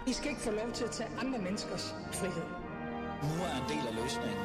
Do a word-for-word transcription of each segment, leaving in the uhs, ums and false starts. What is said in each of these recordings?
I skal ikke få lov til at tage andre menneskers frihed. Nu er en del af løsningen.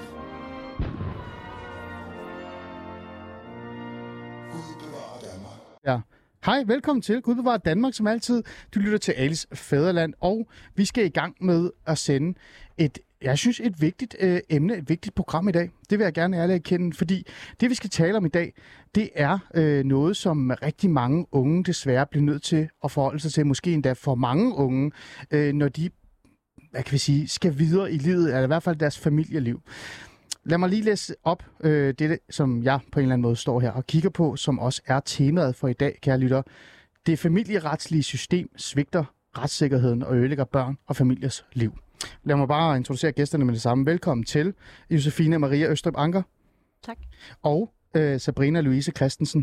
Gud bevarer Danmark. Ja. Hej, velkommen til Gud bevarer Danmark, som altid. Du lytter til Alis Fædreland, og vi skal i gang med at sende et, jeg synes, et vigtigt øh, emne, et vigtigt program i dag. Det vil jeg gerne ærligt erkende, fordi det, vi skal tale om i dag, det er øh, noget, som rigtig mange unge desværre bliver nødt til at forholde sig til, måske endda for mange unge, øh, når de, hvad kan vi sige, skal videre i livet, eller i hvert fald deres familieliv. Lad mig lige læse op øh, det, som jeg på en eller anden måde står her og kigger på, som også er temaet for i dag, kære lytter. Det familieretslige system svigter retssikkerheden og ødelægger børn og familiers liv. Lad mig bare introducere gæsterne med det samme. Velkommen til Josefine Maria Østrup Anker. Tak. Og øh, Sabrina Louise Christensen.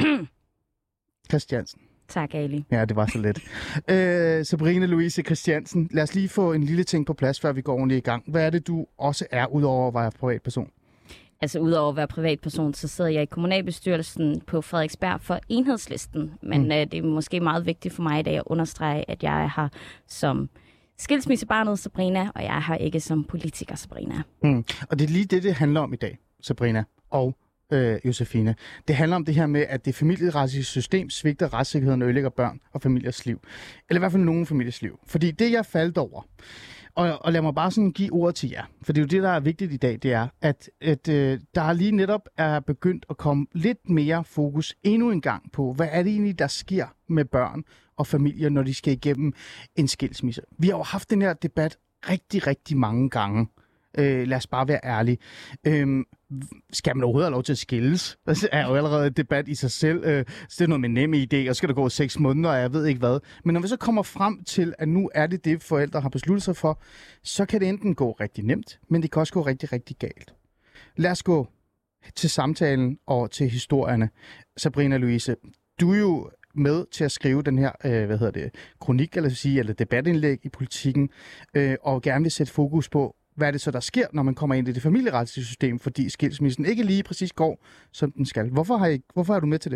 Christiansen. Tak, Ali. Ja, det var så let. øh, Sabrina Louise Christiansen, lad os lige få en lille ting på plads, før vi går ordentligt i gang. Hvad er det, du også er, udover at være privatperson? Altså, udover at være privatperson, så sidder jeg i kommunalbestyrelsen på Frederiksberg for Enhedslisten. Men mm. øh, det er måske meget vigtigt for mig i dag at understrege, at jeg er her som skilsmissebarnet Sabrina, og jeg er her ikke som politiker Sabrina. Mm. Og det er lige det, det handler om i dag, Sabrina og øh, Josefine. Det handler om det her med, at det familieretlige system svigter retssikkerheden og ødelægger børn og familiers liv. Eller i hvert fald nogen familiers liv. Fordi det, jeg faldt over, og, og lad mig bare sådan give ordet til jer, for det er jo det, der er vigtigt i dag, det er, at, at øh, der lige netop er begyndt at komme lidt mere fokus endnu en gang på, hvad er det egentlig, der sker med børn og familier, når de skal igennem en skilsmisse. Vi har jo haft den her debat rigtig, rigtig mange gange. Øh, lad os bare være ærlige. Øh, skal man overhovedet have lov til at skilles? Det er jo allerede et debat i sig selv. Øh, så det er noget med nem idé, og så skal der gå seks måneder, og jeg ved ikke hvad. Men når vi så kommer frem til, at nu er det det, forældre har besluttet sig for, så kan det enten gå rigtig nemt, men det kan også gå rigtig, rigtig galt. Lad os gå til samtalen og til historierne. Sabrina Louise, du er jo med til at skrive den her, øh, hvad hedder det, kronik, eller, sige, eller debatindlæg i Politikken, øh, og gerne vil sætte fokus på, hvad er det så, der sker, når man kommer ind i det familieretlige system, fordi skilsmissen ikke lige præcis går, som den skal. Hvorfor har, I, hvorfor er du med til det?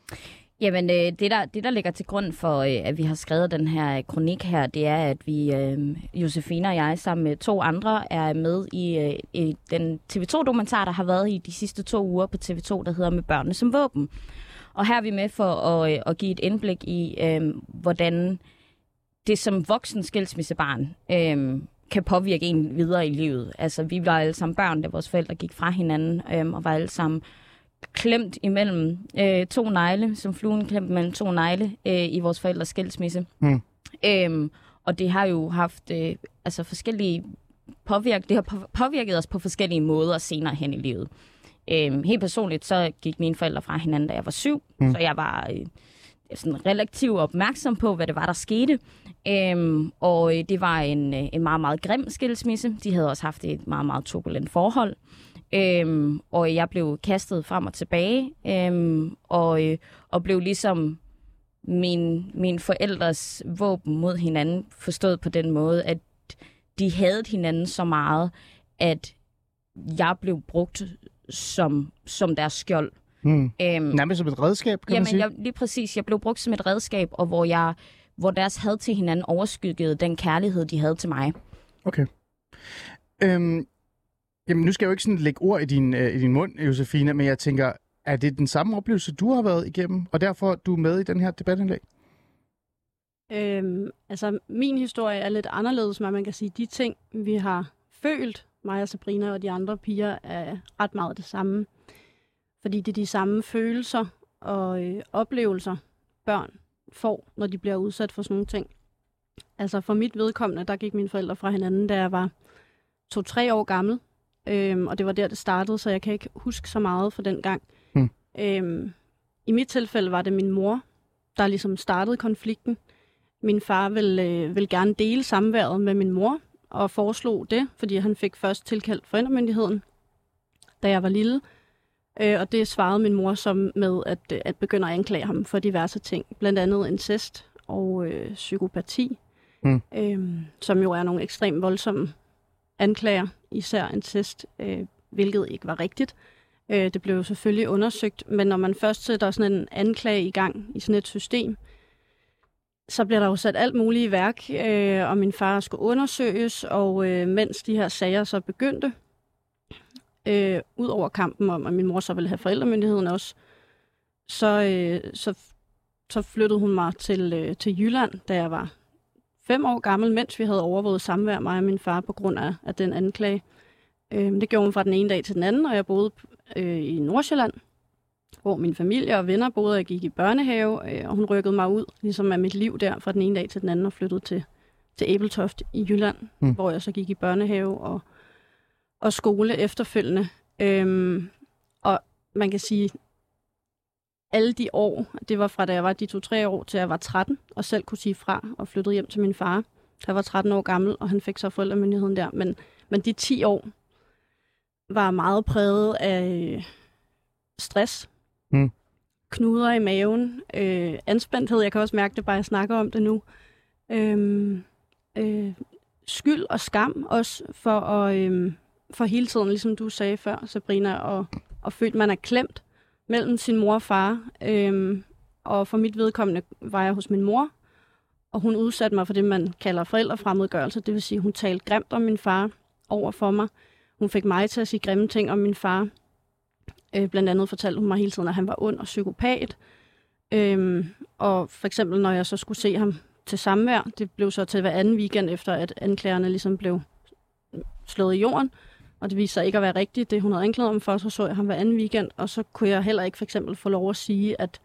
Jamen, øh, det, der, det der ligger til grund for, øh, at vi har skrevet den her kronik her, det er, at vi, øh, Josefine og jeg, sammen med to andre, er med i, øh, i den T V to-dokumentar, der har været i de sidste to uger på T V to, der hedder Med børnene som våben. Og her er vi med for at, øh, at give et indblik i, øh, hvordan det som voksen skilsmissebarn øh, kan påvirke en videre i livet. Altså, vi var alle sammen børn, da vores forældre gik fra hinanden, øhm, og var alle sammen klemt imellem øh, to negle, som fluen klemt mellem to negle øh, i vores forældres skilsmisse. Mm. Øhm, og det har jo haft øh, altså forskellige påvirk, det har påvirket os på forskellige måder senere hen i livet. Øhm, helt personligt, så gik mine forældre fra hinanden, da jeg var syv, mm. så jeg var øh, sådan relativt opmærksom på, hvad det var, der skete. Øhm, og det var en, en meget, meget grim skilsmisse. De havde også haft et meget, meget turbulent forhold. Øhm, og jeg blev kastet frem og tilbage, øhm, og, og blev ligesom min, min forældres våben mod hinanden, forstået på den måde, at de havde hinanden så meget, at jeg blev brugt som, som deres skjold. Hmm. Øhm, Nærmest som et redskab, kan jamen, man sige? Jeg, lige præcis. Jeg blev brugt som et redskab, og hvor, jeg, hvor deres had til hinanden overskyggede den kærlighed, de havde til mig. Okay. Øhm, jamen, nu skal jeg jo ikke sådan lægge ord i din, øh, i din mund, Josefine, men jeg tænker, er det den samme oplevelse, du har været igennem, og derfor du er med i den her debatindlæg? Øhm, altså, min historie er lidt anderledes, men man kan sige, de ting, vi har følt, mig og Sabrina og de andre piger, er ret meget det samme. Fordi det er de samme følelser og øh, oplevelser, børn får, når de bliver udsat for sådan nogle ting. Altså for mit vedkommende, der gik mine forældre fra hinanden, da jeg var to-tre år gammel. Øhm, og det var der, det startede, så jeg kan ikke huske så meget fra den gang. Hmm. Øhm, I mit tilfælde var det min mor, der ligesom startede konflikten. Min far ville, øh, ville gerne dele samværet med min mor, og foreslog det, fordi han fik først tilkaldt forældremyndigheden, da jeg var lille. Øh, og det svarede min mor som med at, at begynde at anklage ham for diverse ting. Blandt andet incest og øh, psykopati, mm. øh, som jo er nogle ekstremt voldsomme anklager, især incest, øh, hvilket ikke var rigtigt. Øh, det blev jo selvfølgelig undersøgt, men når man først sætter sådan en anklage i gang i sådan et system, så bliver der jo sat alt muligt i værk, øh, og min far skulle undersøges, og øh, mens de her sager så begyndte, øh, ud over kampen om, at min mor så ville have forældremyndigheden også, så, øh, så, så flyttede hun mig til, øh, til Jylland, da jeg var fem år gammel, mens vi havde overvåget samvær, mig og min far, på grund af, af den anklage. Øh, det gjorde hun fra den ene dag til den anden, og jeg boede øh, i Nordsjælland, hvor min familie og venner boede, og jeg gik i børnehave, øh, og hun rykkede mig ud, ligesom af mit liv der, fra den ene dag til den anden, og flyttede til, til Ebeltoft i Jylland, mm. hvor jeg så gik i børnehave og, og skole efterfølgende. Øhm, og man kan sige, alle de år, det var fra da jeg var de to-tre år, til jeg var tretten, og selv kunne sige fra, og flyttede hjem til min far. Jeg var tretten år gammel, og han fik så forældremyndigheden der. Men, men de ti år var meget præget af stress, mm. knuder i maven, øh, anspændthed. Jeg kan også mærke det, bare jeg snakker om det nu. Øh, øh, skyld og skam også for, at, øh, for hele tiden, ligesom du sagde før, Sabrina, og, og følt, man er klemt mellem sin mor og far. Øh, og for mit vedkommende var jeg hos min mor, og hun udsatte mig for det, man kalder forældrefremmedgørelse. Det vil sige, hun talte grimt om min far over for mig. Hun fik mig til at sige grimme ting om min far. Øh, blandt andet fortalte hun mig hele tiden, at han var ond og psykopat. Øhm, og for eksempel, når jeg så skulle se ham til samvær, det blev så til hver anden weekend, efter at anklagerne ligesom blev slået i jorden, og det viste sig ikke at være rigtigt, det hun havde anklaget om for, så så jeg ham hver anden weekend, og så kunne jeg heller ikke for eksempel få lov at sige, at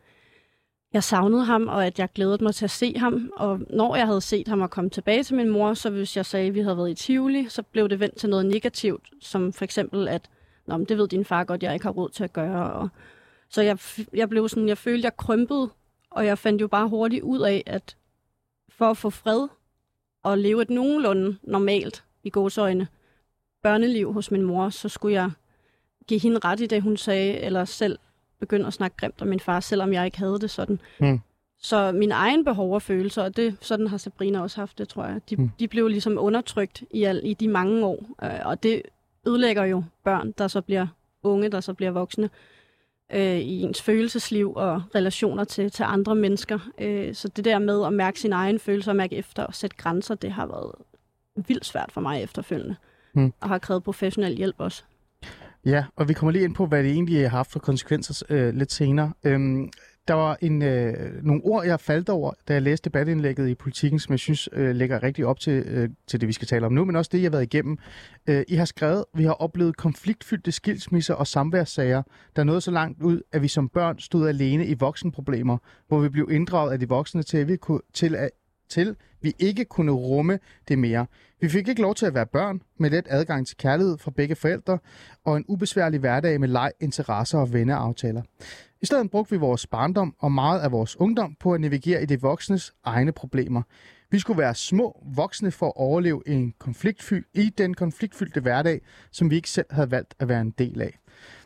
jeg savnede ham, og at jeg glædede mig til at se ham, og når jeg havde set ham og komme tilbage til min mor, så hvis jeg sagde, at vi havde været i Tivoli, så blev det vendt til noget negativt, som for eksempel, at Nå, men det ved din far godt, jeg ikke har råd til at gøre. Og så jeg, jeg blev sådan, jeg følte, jeg krympede, og jeg fandt jo bare hurtigt ud af, at for at få fred og leve et nogenlunde normalt i gåseøjne børneliv hos min mor, så skulle jeg give hende ret i det, hun sagde, eller selv begynde at snakke grimt om min far, selvom jeg ikke havde det sådan. Mm. Så min egen behov og følelser, og det, sådan har Sabrina også haft det, tror jeg, de, mm. de blev ligesom undertrykt i, al, i de mange år, og det ødelægger jo børn, der så bliver unge, der så bliver voksne, øh, i ens følelsesliv og relationer til, til andre mennesker. Øh, så det der med at mærke sin egen følelser og mærke efter og sætte grænser, det har været vildt svært for mig efterfølgende. Hmm. Og har krævet professionel hjælp også. Ja, og vi kommer lige ind på, hvad det egentlig har haft for konsekvenser øh, lidt senere. Øhm, der var en, øh, nogle ord, jeg faldt over, da jeg læste debatindlægget i Politikken, som jeg synes øh, lægger rigtig op til, øh, til det, vi skal tale om nu, men også det, jeg har været igennem. Øh, I har skrevet, vi har oplevet konfliktfyldte skilsmisser og samværssager, der nåede så langt ud, at vi som børn stod alene i voksenproblemer, hvor vi blev inddraget af de voksne til, at vi kunne, til, at, til vi ikke kunne rumme det mere. Vi fik ikke lov til at være børn med let adgang til kærlighed fra begge forældre og en ubesværlig hverdag med leg, interesser og venneaftaler. I stedet brugte vi vores barndom og meget af vores ungdom på at navigere i de voksnes egne problemer. Vi skulle være små voksne for at overleve i, en konfliktfyld, i den konfliktfyldte hverdag, som vi ikke selv havde valgt at være en del af.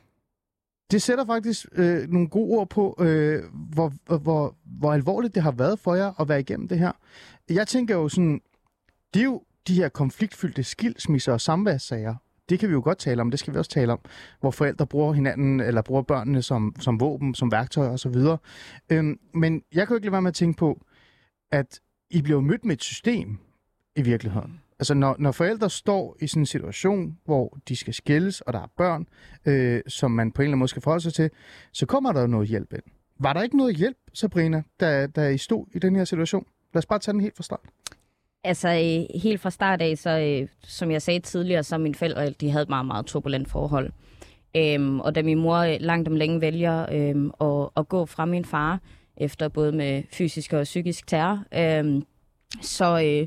Det sætter faktisk øh, nogle gode ord på, øh, hvor, hvor, hvor alvorligt det har været for jer at være igennem det her. Jeg tænker jo sådan, det er jo de her konfliktfyldte skilsmisser og samværssager. Det kan vi jo godt tale om, det skal vi også tale om, hvor forældre bruger hinanden, eller bruger børnene som, som våben, som værktøj osv. Øhm, men jeg kan jo ikke lade være med at tænke på, at I bliver mødt med et system i virkeligheden. Altså når, når forældre står i sådan en situation, hvor de skal skilles, og der er børn, øh, som man på en eller anden måde skal forholde sig til, så kommer der jo noget hjælp ind. Var der ikke noget hjælp, Sabrina, da, da I stod i den her situation? Lad os bare tage den helt fra start. Altså helt fra start af, så øh, som jeg sagde tidligere, så mine forældre, de havde et meget, meget turbulent forhold. Øhm, og da min mor langt om længe vælger øhm, at, at gå fra min far, efter både med fysisk og psykisk terror, øhm, så, øh,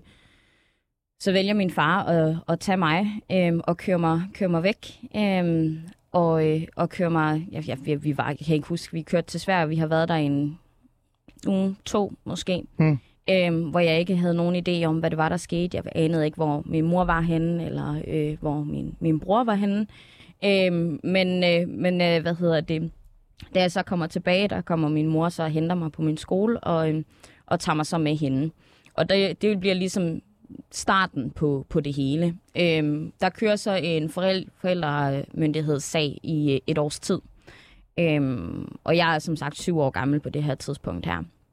så vælger min far at, at tage mig øhm, og køre mig, køre mig væk. Øhm, og, øh, og køre mig, ja, ja, vi var, jeg kan ikke huske, vi kørte til Sverige, vi har været der en uge, to måske. Hmm. Øhm, hvor jeg ikke havde nogen idé om, hvad det var, der skete. Jeg anede ikke, hvor min mor var henne, eller øh, hvor min, min bror var henne. Øhm, men øh, men øh, hvad hedder det? Da jeg så kommer tilbage, der kommer min mor så og henter mig på min skole, og, øh, og tager mig så med hende. Og det, det bliver ligesom starten på, på det hele. Øhm, der kører så en forældre, forældremyndighedssag i et års tid. Øhm, og jeg er som sagt syv år gammel på det her tidspunkt her.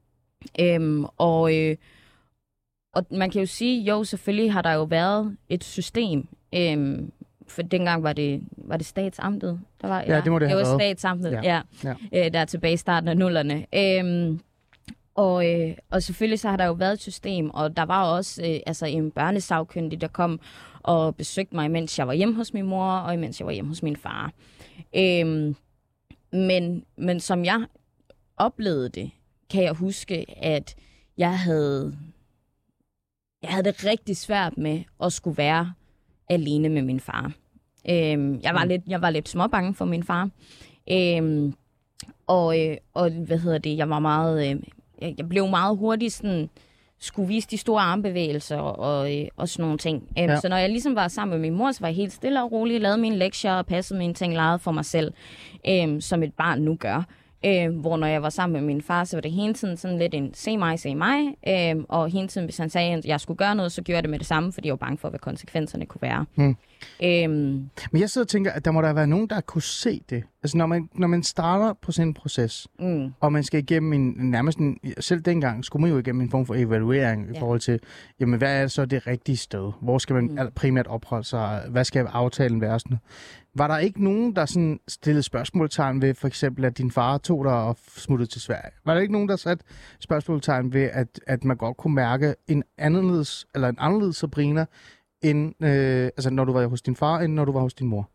Øhm, og, øh, og man kan jo sige, jo, selvfølgelig har der jo været et system. Øhm, for dengang var det, var det statsamtet. Der var, ja, det må det have været. været. Statsamtet, ja. ja. ja. Øh, der er tilbage i starten af nullerne. Øhm, og, øh, og selvfølgelig så har der jo været et system, og der var også øh, altså en børnesagkyndig, der kom og besøgte mig, mens jeg var hjemme hos min mor, og mens jeg var hjemme hos min far. Øhm, men, men som jeg oplevede det, kan jeg huske, at jeg havde, jeg havde det rigtig svært med at skulle være alene med min far. Øhm, jeg, var mm. lidt, jeg var lidt småbange for min far. Øhm, og, øh, og hvad hedder det, jeg var meget, øh, jeg blev meget hurtigt sådan, skulle vise de store armbevægelser og, øh, og sådan nogle ting. Øhm, ja. Så når jeg ligesom var sammen med min mor, så var jeg helt stille og rolig, lavede mine lektier og passede mine ting, legede for mig selv, øhm, som et barn nu gør. Øh, hvor når jeg var sammen med min far, så var det hele tiden sådan lidt en se mig, se mig. Øh, og hele tiden, hvis han sagde, at jeg skulle gøre noget, så gjorde jeg det med det samme, fordi jeg var bange for, hvad konsekvenserne kunne være. Hmm. Øhm, Men jeg sidder og tænker, at der må der være nogen, der kunne se det. Altså når man, når man starter på sådan en proces, mm. og man skal igennem en, nærmest en, selv dengang skulle man jo igennem en form for evaluering ja. i forhold til, jamen hvad er så det rigtige sted? Hvor skal man mm. primært opholde sig? Hvad skal aftalen være? Sådan? Var der ikke nogen, der sådan stillede spørgsmålstegn ved, for eksempel, at din far tog dig og smuttede til Sverige? Var der ikke nogen, der satte spørgsmålstegn ved, at, at man godt kunne mærke en anderledes, eller en anderledes Sabrina, end, øh, altså når du var hos din far, end når du var hos din mor?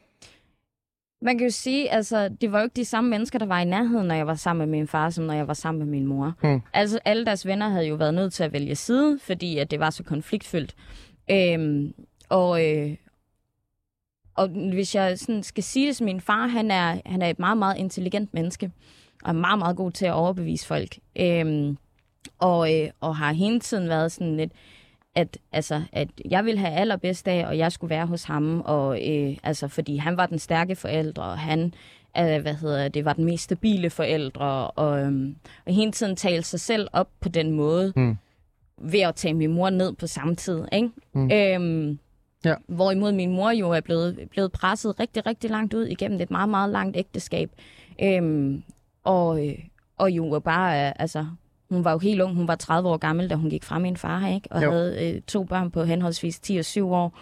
Man kan jo sige, altså, det var jo ikke de samme mennesker, der var i nærheden, når jeg var sammen med min far, som når jeg var sammen med min mor. Hmm. Altså, alle deres venner havde jo været nødt til at vælge side, fordi at det var så konfliktfyldt. Øhm, og, øh, og hvis jeg sådan skal sige det, så min far, han er, han er et meget, meget intelligent menneske, og er meget, meget god til at overbevise folk. Øhm, og, øh, og har hele tiden været sådan lidt, at, altså, at jeg ville have allerbedst af, og jeg skulle være hos ham, og, øh, altså, fordi han var den stærke forældre, og han øh, hvad hedder det, var den mest stabile forældre, og, øh, og hele tiden tale sig selv op på den måde, mm. ved at tage min mor ned på samme tid. Ikke? Mm. Øhm, ja. Hvorimod min mor jo er blevet, blevet presset rigtig, rigtig langt ud igennem et meget, meget langt ægteskab. Øhm, og, og jo bare, altså... Hun var jo helt ung. Hun var tredive år gammel, da hun gik fra min far, ikke? Og jo. havde øh, to børn på henholdsvis ti og syv år.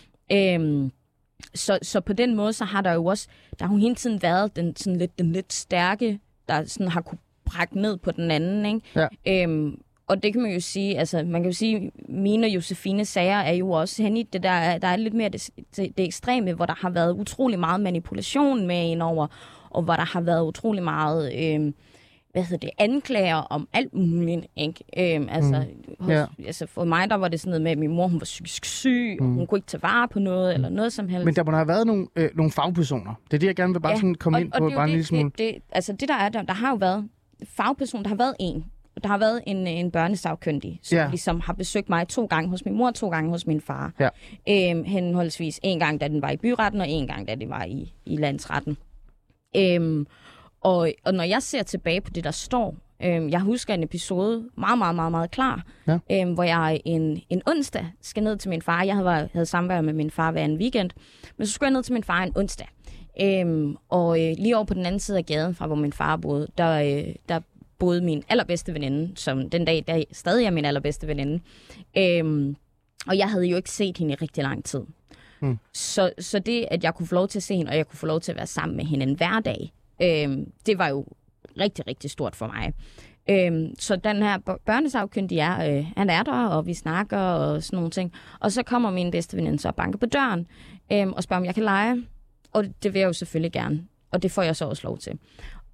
Øhm, så, så på den måde, så har der jo også, der har hun hele tiden været den, sådan lidt, den lidt stærke, der sådan har kunne brække ned på den anden, ikke? Ja. Øhm, og det kan man jo sige, altså man kan jo sige, mine og Josefines sager er jo også hen i det der, der er lidt mere det, det, det ekstreme, hvor der har været utrolig meget manipulation med ind over, og hvor der har været utrolig meget... Øh, hvad hedder det, anklager om alt muligt, ikke? Øhm, altså, mm. hos, ja. altså, for mig, der var det sådan noget med, at min mor, hun var psykisk syg, mm. og hun kunne ikke tage vare på noget, eller noget som helst. Men der må have været nogle, øh, nogle fagpersoner. Det er det, jeg gerne vil bare ja. sådan komme og, ind på. Og bare det, en lille smule. Det, det, altså, det der er der, der har jo været fagpersoner, der har været en. Der har været en, en børnesagkyndig, som ja. ligesom har besøgt mig to gange hos min mor, to gange hos min far. Ja. Øhm, henholdsvis en gang, da den var i byretten, og en gang, da det var i, i landsretten. Øhm, Og, og når jeg ser tilbage på det, der står, øhm, jeg husker en episode meget, meget, meget, meget klar, ja. øhm, hvor jeg en, en onsdag skal ned til min far. Jeg havde, havde samvær med min far hver en weekend, men så skulle jeg ned til min far en onsdag. Øhm, og øh, lige over på den anden side af gaden, fra hvor min far boede, der, øh, der boede min allerbedste veninde, som den dag der stadig er min allerbedste veninde. Øhm, og jeg havde jo ikke set hende i rigtig lang tid. Mm. Så, så det, at jeg kunne få lov til at se hende, og jeg kunne få lov til at være sammen med hende en hverdag, Øhm, det var jo rigtig, rigtig stort for mig. Øhm, så den her børnesagkyndige er, øh, han er der, og vi snakker og sådan nogle ting. Og så kommer min bedste veninde så og banker på døren øhm, og spørger, om jeg kan lege. Og det vil jeg jo selvfølgelig gerne. Og det får jeg så også lov til.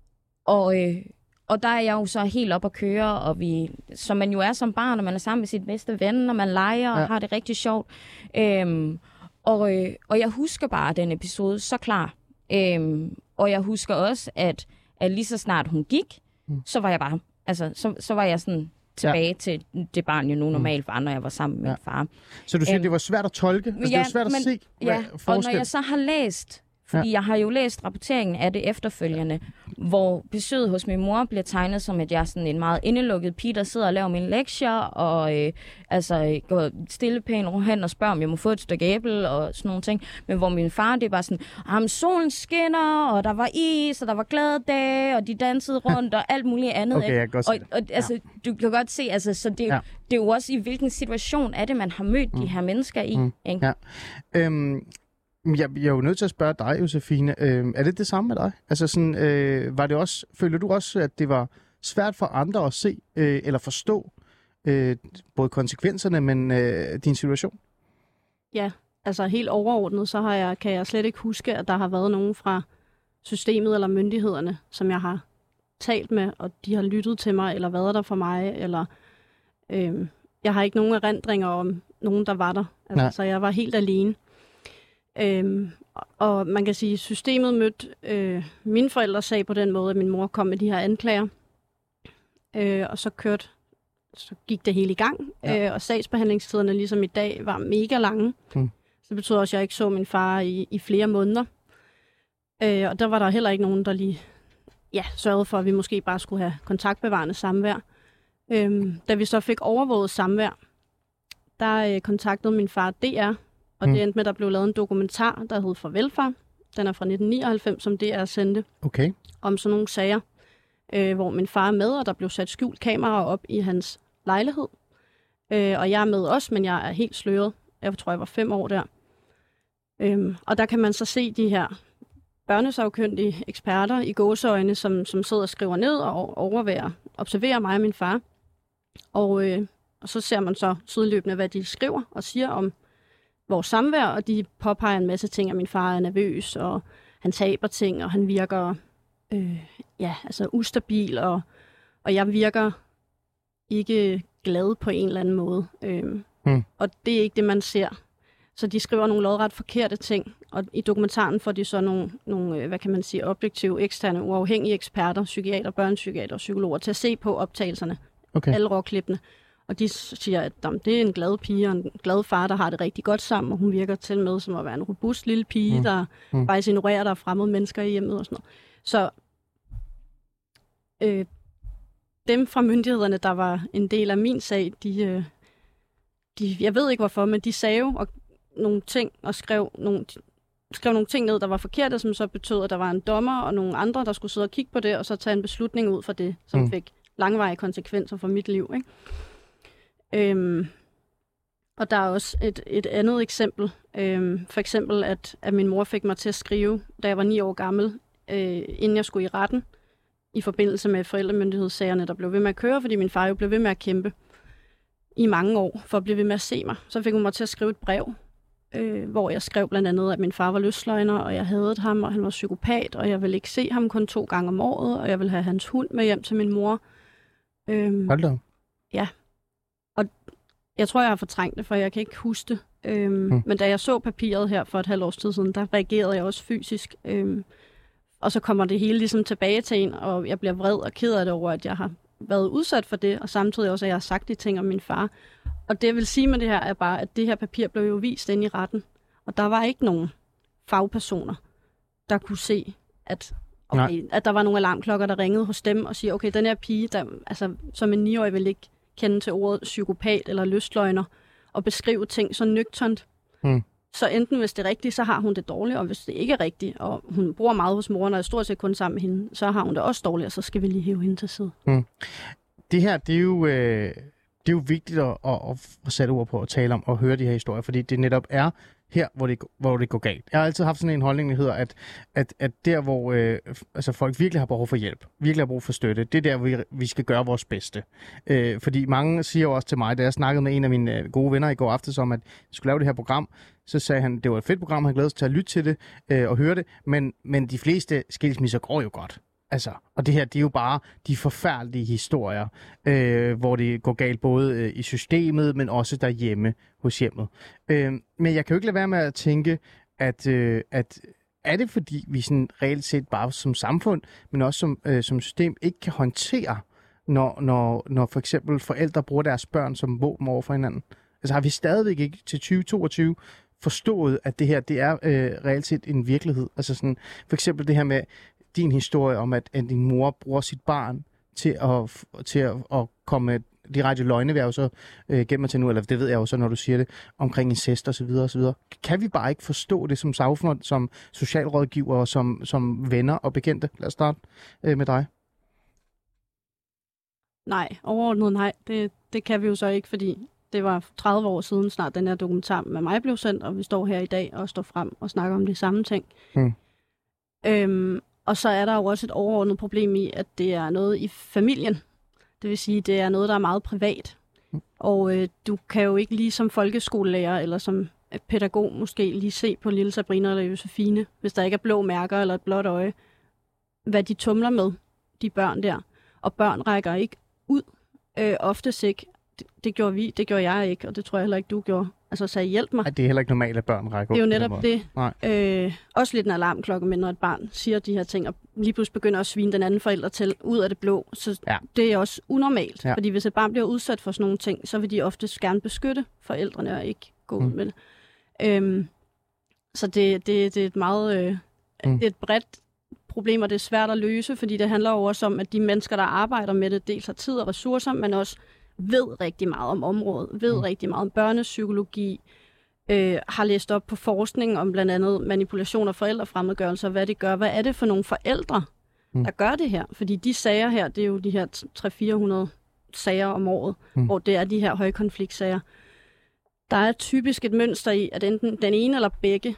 Og, øh, og der er jeg jo så helt op at køre, og vi, som man jo er som barn, når man er sammen med sit bedste ven, og man leger og ja. har det rigtig sjovt. Øhm, og, øh, og jeg husker bare den episode så klar. Øhm, og jeg husker også, at, at lige så snart hun gik, mm. så var jeg bare, altså, så, så var jeg sådan tilbage ja. til det barn, jo nu normalt var, når jeg var sammen med ja. min far. Så du siger, æm, det var svært at tolke? Altså, ja, det var svært at men, se? Ja, og når jeg så har læst, fordi ja. jeg har jo læst rapporteringen af det efterfølgende, hvor besøget hos min mor bliver tegnet som, at jeg er sådan en meget indelukket pige, der sidder og laver mine lektier, og øh, altså går stille pænt hen og spørger, om jeg må få et stykke æble og sådan nogle ting. Men hvor min far, det er bare sådan, ah, solen skinner, og der var is, og der var glade dage, og de dansede rundt, og alt muligt andet. Okay, jeg kan godt se og, og, og altså, ja. Du kan godt se, altså, så det, ja. det er jo også i hvilken situation er det, man har mødt mm. de her mennesker i. Mm. Ikke? Ja. Øhm, jeg, jeg er jo nødt til at spørge dig, Josefine. Øhm, er det det samme med dig? Altså sådan, øh, var det også, føler du også, at det var svært for andre at se øh, eller forstå øh, både konsekvenserne, men øh, din situation? Ja, altså helt overordnet, så har jeg, kan jeg slet ikke huske, at der har været nogen fra systemet eller myndighederne, som jeg har talt med, og de har lyttet til mig, eller været der for mig, eller øh, jeg har ikke nogen erindringer om nogen, der var der. Altså, så jeg var helt alene. Øhm, og man kan sige, at systemet mødte øh, mine forældres sag på den måde, at min mor kom med de her anklager. Øh, og så kørte, så gik det hele i gang. Ja. Øh, og sagsbehandlingstiderne, ligesom i dag, var mega lange. Mm. Så det betyder også, at jeg ikke så min far i, i flere måneder. Øh, og der var der heller ikke nogen, der lige ja, sørgede for, at vi måske bare skulle have kontaktbevarende samvær. Øh, da vi så fik overvåget samvær, der øh, kontaktede min far D R, og mm. det endte med, at der blev lavet en dokumentar, der hed Farvelfar. Den er fra nitten nioghalvfems, som D R sendte. Okay. Om sådan nogle sager, øh, hvor min far er med, og der blev sat skjult kameraer op i hans lejlighed. Øh, og jeg er med også, men jeg er helt sløret. Jeg tror, jeg var fem år der. Øh, og der kan man så se de her børnesagkyndige eksperter i gåseøjne, som, som sidder og skriver ned og overværer, observerer mig og min far. Og, øh, og så ser man så sideløbende, hvad de skriver og siger om vores samvær, og de påpeger en masse ting, at min far er nervøs, og han taber ting, og han virker øh, ja, altså ustabil, og, og jeg virker ikke glad på en eller anden måde. Øh, hmm. Og det er ikke det, man ser. Så de skriver nogle lodret forkerte ting, og i dokumentaren får de så nogle, nogle hvad kan man sige, objektive, eksterne, uafhængige eksperter, psykiater, børnepsykiater og psykologer, til at se på optagelserne, okay. alle råklippene. Og de siger, at jamen, det er en glad pige og en glad far, der har det rigtig godt sammen, og hun virker til med som at være en robust lille pige, mm. der mm. faktisk ignorerer, der er fremmede mennesker i hjemmet og sådan noget. Så øh, dem fra myndighederne, der var en del af min sag, de, øh, de, jeg ved ikke hvorfor, men de sagde jo og nogle ting og skrev nogle, skrev nogle ting ned, der var forkerte, som så betød, at der var en dommer og nogle andre, der skulle sidde og kigge på det, og så tage en beslutning ud for det, som mm. fik langvarige konsekvenser for mit liv, ikke? Øhm, og der er også et, et andet eksempel. Øhm, for eksempel, at, at min mor fik mig til at skrive, da jeg var ni år gammel, øh, inden jeg skulle i retten, i forbindelse med forældremyndighedssagerne, der blev ved med at køre, fordi min far jo blev ved med at kæmpe i mange år, for at blive ved med at se mig. Så fik hun mig til at skrive et brev, øh, hvor jeg skrev blandt andet, at min far var løsløgner, og jeg hadede ham, og han var psykopat, og jeg ville ikke se ham kun to gange om året, og jeg ville have hans hund med hjem til min mor. Øhm, Hold da. Ja. Og jeg tror, jeg har fortrængt det, for jeg kan ikke huske det. Øhm, hmm. Men da jeg så papiret her for et halvt års tid siden, der reagerede jeg også fysisk. Øhm, og så kommer det hele ligesom tilbage til en, og jeg bliver vred og ked af det over, at jeg har været udsat for det, og samtidig også, at jeg har sagt de ting om min far. Og det jeg vil sige med det her, er bare, at det her papir blev jo vist inde i retten. Og der var ikke nogen fagpersoner, der kunne se, at, okay, at der var nogle alarmklokker, der ringede hos dem og siger, okay, den her pige, der, altså, som en niårig vil ikke kende til ordet psykopat eller lystløgner, og beskrive ting så nøgternt. Hmm. Så enten hvis det er rigtigt, så har hun det dårligt, og hvis det ikke er rigtigt, og hun bor meget hos moren, og er stort set kun sammen med hende, så har hun det også dårligt, og så skal vi lige hæve hende til side. Hmm. Det her, det er jo, øh, det er jo vigtigt at, at, at sætte ord på at tale om og høre de her historier, fordi det netop er her, hvor det, hvor det går galt. Jeg har altid haft sådan en holdning, der hedder, at, at, at der, hvor øh, altså folk virkelig har behov for hjælp, virkelig har brug for støtte, det er der, hvor vi, vi skal gøre vores bedste. Øh, fordi mange siger jo også til mig, da jeg snakkede med en af mine gode venner i går aftes om, at jeg skulle lave det her program, så sagde han, det var et fedt program, han glæder sig til at lytte til det øh, og høre det, men, men de fleste skilsmisser går jo godt. Altså, og det her, det er jo bare de forfærdelige historier, øh, hvor det går galt både øh, i systemet, men også derhjemme hos hjemmet. Øh, men jeg kan jo ikke lade være med at tænke, at, øh, at er det fordi, vi sådan reelt set bare som samfund, men også som, øh, som system, ikke kan håndtere, når, når, når for eksempel forældre bruger deres børn som våben over for hinanden? Altså har vi stadigvæk ikke til tyve toogtyve forstået, at det her, det er øh, reelt set en virkelighed? Altså sådan, for eksempel det her med din historie om, at, at din mor bruger sit barn til at, til at, at komme direkte løgne, vil jeg jo så øh, gemme til nu, eller det ved jeg jo så, når du siger det, omkring incest og så videre og så videre. Kan vi bare ikke forstå det som samfund, som socialrådgiver og som, som venner og bekendte? Lad os starte øh, med dig. Nej, overordnet nej. Det, det kan vi jo så ikke, fordi det var tredive år siden snart, den her dokumentar med mig blev sendt, og vi står her i dag og står frem og snakker om de samme ting. Hmm. Øhm, og så er der jo også et overordnet problem i, at det er noget i familien. Det vil sige, det er noget, der er meget privat. Hmm. Og øh, du kan jo ikke lige som folkeskolelærer eller som pædagog måske lige se på lille Sabrina eller Josefine, hvis der ikke er blå mærker eller et blåt øje, hvad de tumler med, de børn der. Og børn rækker ikke ud, øh, oftest ikke. Det, det gjorde vi, det gjorde jeg ikke, og det tror jeg heller ikke, du gjorde. Altså sagde, hjælp mig. Ej, det er heller ikke normalt, at børn rækker ud. Det er jo netop det. Øh, også lidt en alarmklokke, men når et barn siger de her ting, og lige pludselig begynder at svine den anden forælder til ud af det blå, så ja. Det er også unormalt. Ja. Fordi hvis et barn bliver udsat for sådan nogle ting, så vil de oftest gerne beskytte forældrene og ikke gå mm. ud med det. Øhm, så det, det, det er et meget øh, mm. det er et bredt problem, og det er svært at løse, fordi det handler jo også om, at de mennesker, der arbejder med det, dels har tid og ressourcer, men også ved rigtig meget om området, ved mm. rigtig meget om børnepsykologi, øh, har læst op på forskning om blandt andet manipulation og forældrefremmedgørelse, og hvad det gør. Hvad er det for nogle forældre, mm. der gør det her? Fordi de sager her, det er jo de her tre hundrede til fire hundrede sager om året, mm. hvor det er de her højkonfliktsager. Der er typisk et mønster i, at enten den ene eller begge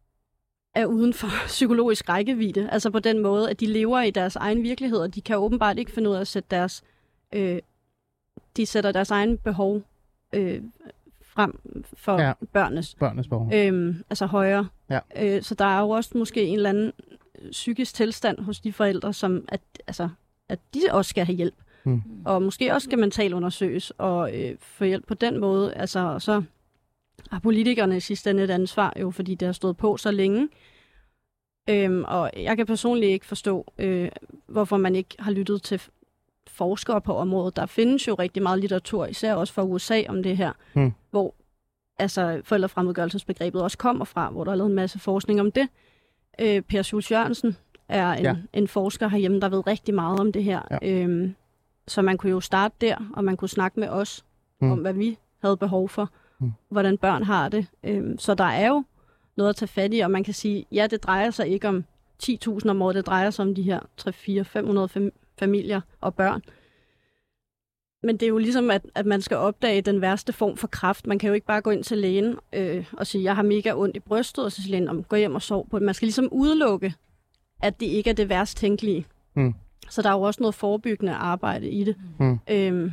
er uden for psykologisk rækkevidde. Altså på den måde, at de lever i deres egen virkelighed, og de kan åbenbart ikke finde ud af at sætte deres... Øh, de sætter deres egen behov øh, frem for ja. børnenes. Børnenes behov. Øhm, altså højere. Ja. Øh, så der er jo også måske en eller anden psykisk tilstand hos de forældre, som at, altså, at de også skal have hjælp. Hmm. Og måske også skal mentalt undersøges og øh, få hjælp på den måde. Altså, så har politikerne i sidste ende et ansvar, jo, fordi det har stået på så længe. Øhm, og jeg kan personligt ikke forstå, øh, hvorfor man ikke har lyttet til forskere på området. Der findes jo rigtig meget litteratur, især også fra U S A om det her, hmm. hvor altså, forældrefremmedgørelsesbegrebet også kommer fra, hvor der er lavet en masse forskning om det. Øh, Per Schultz Jørgensen er en, ja. en forsker herhjemme, der ved rigtig meget om det her. Ja. Øhm, så man kunne jo starte der, og man kunne snakke med os hmm. om, hvad vi havde behov for, hmm. hvordan børn har det. Øhm, så der er jo noget at tage fat i, og man kan sige, ja, det drejer sig ikke om ti tusind om året, det drejer sig om de her tre hundrede til fire hundrede til fem hundrede fam- familier og børn. Men det er jo ligesom, at, at man skal opdage den værste form for kræft. Man kan jo ikke bare gå ind til lægen øh, og sige, jeg har mega ondt i brystet, og så sige lægen, om, gå hjem og sov på det. Man skal ligesom udelukke, at det ikke er det værst tænkelige. Mm. Så der er jo også noget forebyggende arbejde i det. Mm. Øhm,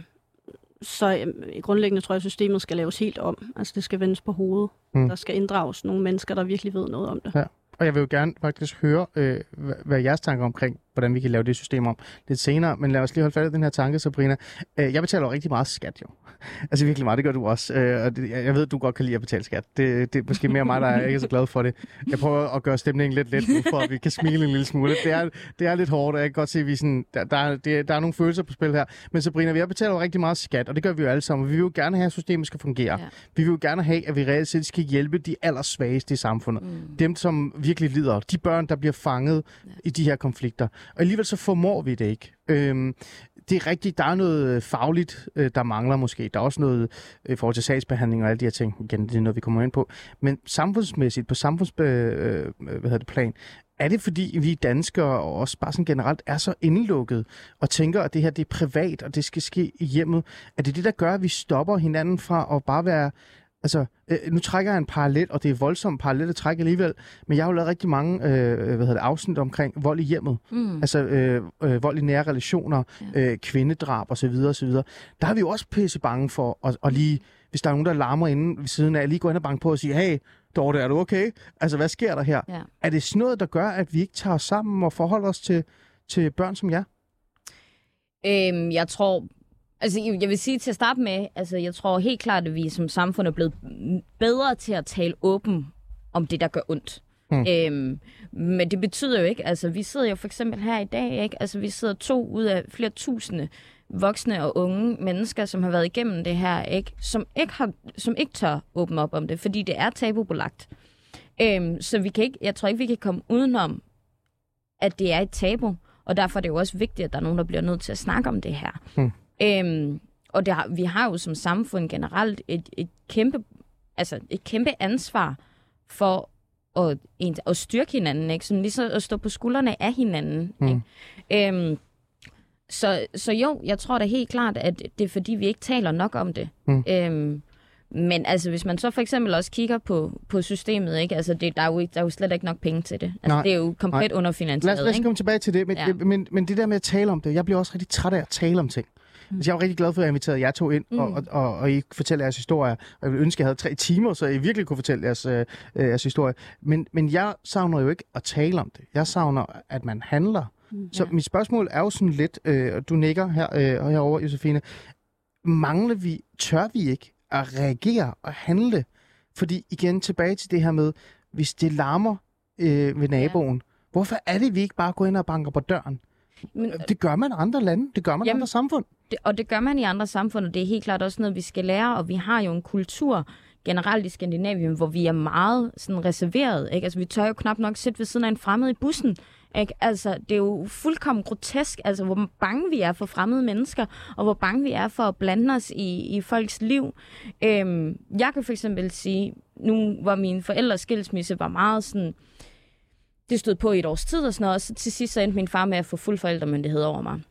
så øh, grundlæggende tror jeg, at systemet skal laves helt om. Altså det skal vendes på hovedet. Mm. Der skal inddrages nogle mennesker, der virkelig ved noget om det. Ja. Og jeg vil jo gerne faktisk høre, øh, hvad jeres tanker omkring, hvordan vi kan lave det system om lidt senere. Men lad os lige holde fat i den her tanke, Sabrina. Øh, jeg betaler jo rigtig meget skat, jo. Altså virkelig meget, det gør du også. Øh, og det, jeg ved, du godt kan lide at betale skat. Det, det er måske mere mig, der er ikke så glad for det. Jeg prøver at gøre stemningen lidt let nu, for at vi kan smile en lille smule. Det er, det er lidt hårdt, og jeg kan godt se, at vi sådan, der, der, er, det, der er nogle følelser på spil her. Men Sabrina, vi betaler jo rigtig meget skat, og det gør vi jo alle sammen. Vi vil jo gerne have, at systemet skal fungere. Ja. Vi vil jo gerne have, at vi reelt set skal hjælpe de allersvageste i samfundet. Mm. Dem, som virkelig lider. De børn, der bliver fanget ja. i de her konflikter. Og alligevel så formår vi det ikke. Øhm, det er rigtigt, der er noget fagligt, øh, der mangler måske. Der er også noget i øh, forhold til sagsbehandling og alle de her ting. Igen, det er noget, vi kommer ind på. Men samfundsmæssigt, på samfundsplan, øh, hvad hedder det, plan, er det fordi, vi danskere og også bare sådan generelt er så indelukket og tænker, at det her det er privat, og det skal ske i hjemmet? Er det det, der gør, at vi stopper hinanden fra at bare være... Altså, øh, nu trækker jeg en parallel, og det er voldsomt parallel at trække alligevel, men jeg har jo lavet rigtig mange øh, hvad hedder det, afsnit omkring vold i hjemmet. Mm. Altså øh, øh, vold i nære relationer, ja. øh, kvindedrab osv. osv. Der har vi jo også pisse bange for at, at lige, hvis der er nogen, der larmer inde ved siden af, lige gå ind og banke på og sige, hey, Dorte, er du okay? Altså, hvad sker der her? Ja. Er det sådan noget, der gør, at vi ikke tager os sammen og forholder os til, til børn som jer? Øhm, jeg tror... Altså, jeg vil sige til at starte med, altså, jeg tror helt klart, at vi som samfund er blevet bedre til at tale åben om det, der gør ondt. Hmm. Øhm, men det betyder jo ikke, altså, vi sidder jo for eksempel her i dag, ikke? Altså, vi sidder to ud af flere tusinde voksne og unge mennesker, som har været igennem det her, ikke? Som ikke, har, som ikke tør åbne op om det, fordi det er tabubelagt. Øhm, så vi kan ikke, jeg tror ikke, vi kan komme udenom, at det er et tabu, og derfor er det jo også vigtigt, at der er nogen, der bliver nødt til at snakke om det her. Mm. Øhm, og det har, vi har jo som samfund generelt et, et, kæmpe, altså et kæmpe ansvar for at, at styrke hinanden, ikke? Som ligesom at stå på skuldrene af hinanden. Mm. Ikke? Øhm, så, så jo, jeg tror da helt klart, at det er fordi, vi ikke taler nok om det. Mm. Øhm, Men altså, hvis man så for eksempel også kigger på, på systemet, ikke? Altså, det, der, er jo, der er jo slet ikke nok penge til det. Altså, nej, det er jo komplet nej. underfinansieret. Lad os, lad os komme tilbage til det, men, ja. det men, men det der med at tale om det, jeg bliver også rigtig træt af at tale om ting. Mm. Altså, jeg er jo rigtig glad for, at jeg inviterede jer to ind, mm. og, og, og, og I fortæller jeres historier. Og jeg ville ønske, at jeg havde tre timer, så I virkelig kunne fortælle jeres, øh, jeres historie. Men, men jeg savner jo ikke at tale om det. Jeg savner, at man handler. Mm. Så ja. Mit spørgsmål er jo sådan lidt, øh, og du nikker her, øh, herovre, Josefine. Mangler vi, tør vi ikke at reagere og handle? Fordi igen tilbage til det her med, hvis det larmer øh, ved naboen, ja. Hvorfor er det, vi ikke bare går ind og banker på døren? Men, det gør man i andre lande, det gør man i andre samfund. Det, og det gør man i andre samfund, og det er helt klart også noget, vi skal lære, og vi har jo en kultur generelt i Skandinavien, hvor vi er meget sådan reserveret, ikke? Altså, vi tør jo knap nok sætte ved siden af en fremmed i bussen, ikke? Altså, det er jo fuldkommen grotesk, altså, hvor bange vi er for fremmede mennesker, og hvor bange vi er for at blande os i, i folks liv. Øhm, jeg kan for eksempel sige, nu var mine forældres skilsmisse var meget sådan, det stod på i et års tid og sådan noget, og så til sidst så endte min far med at få fuld forældremyndighed over mig.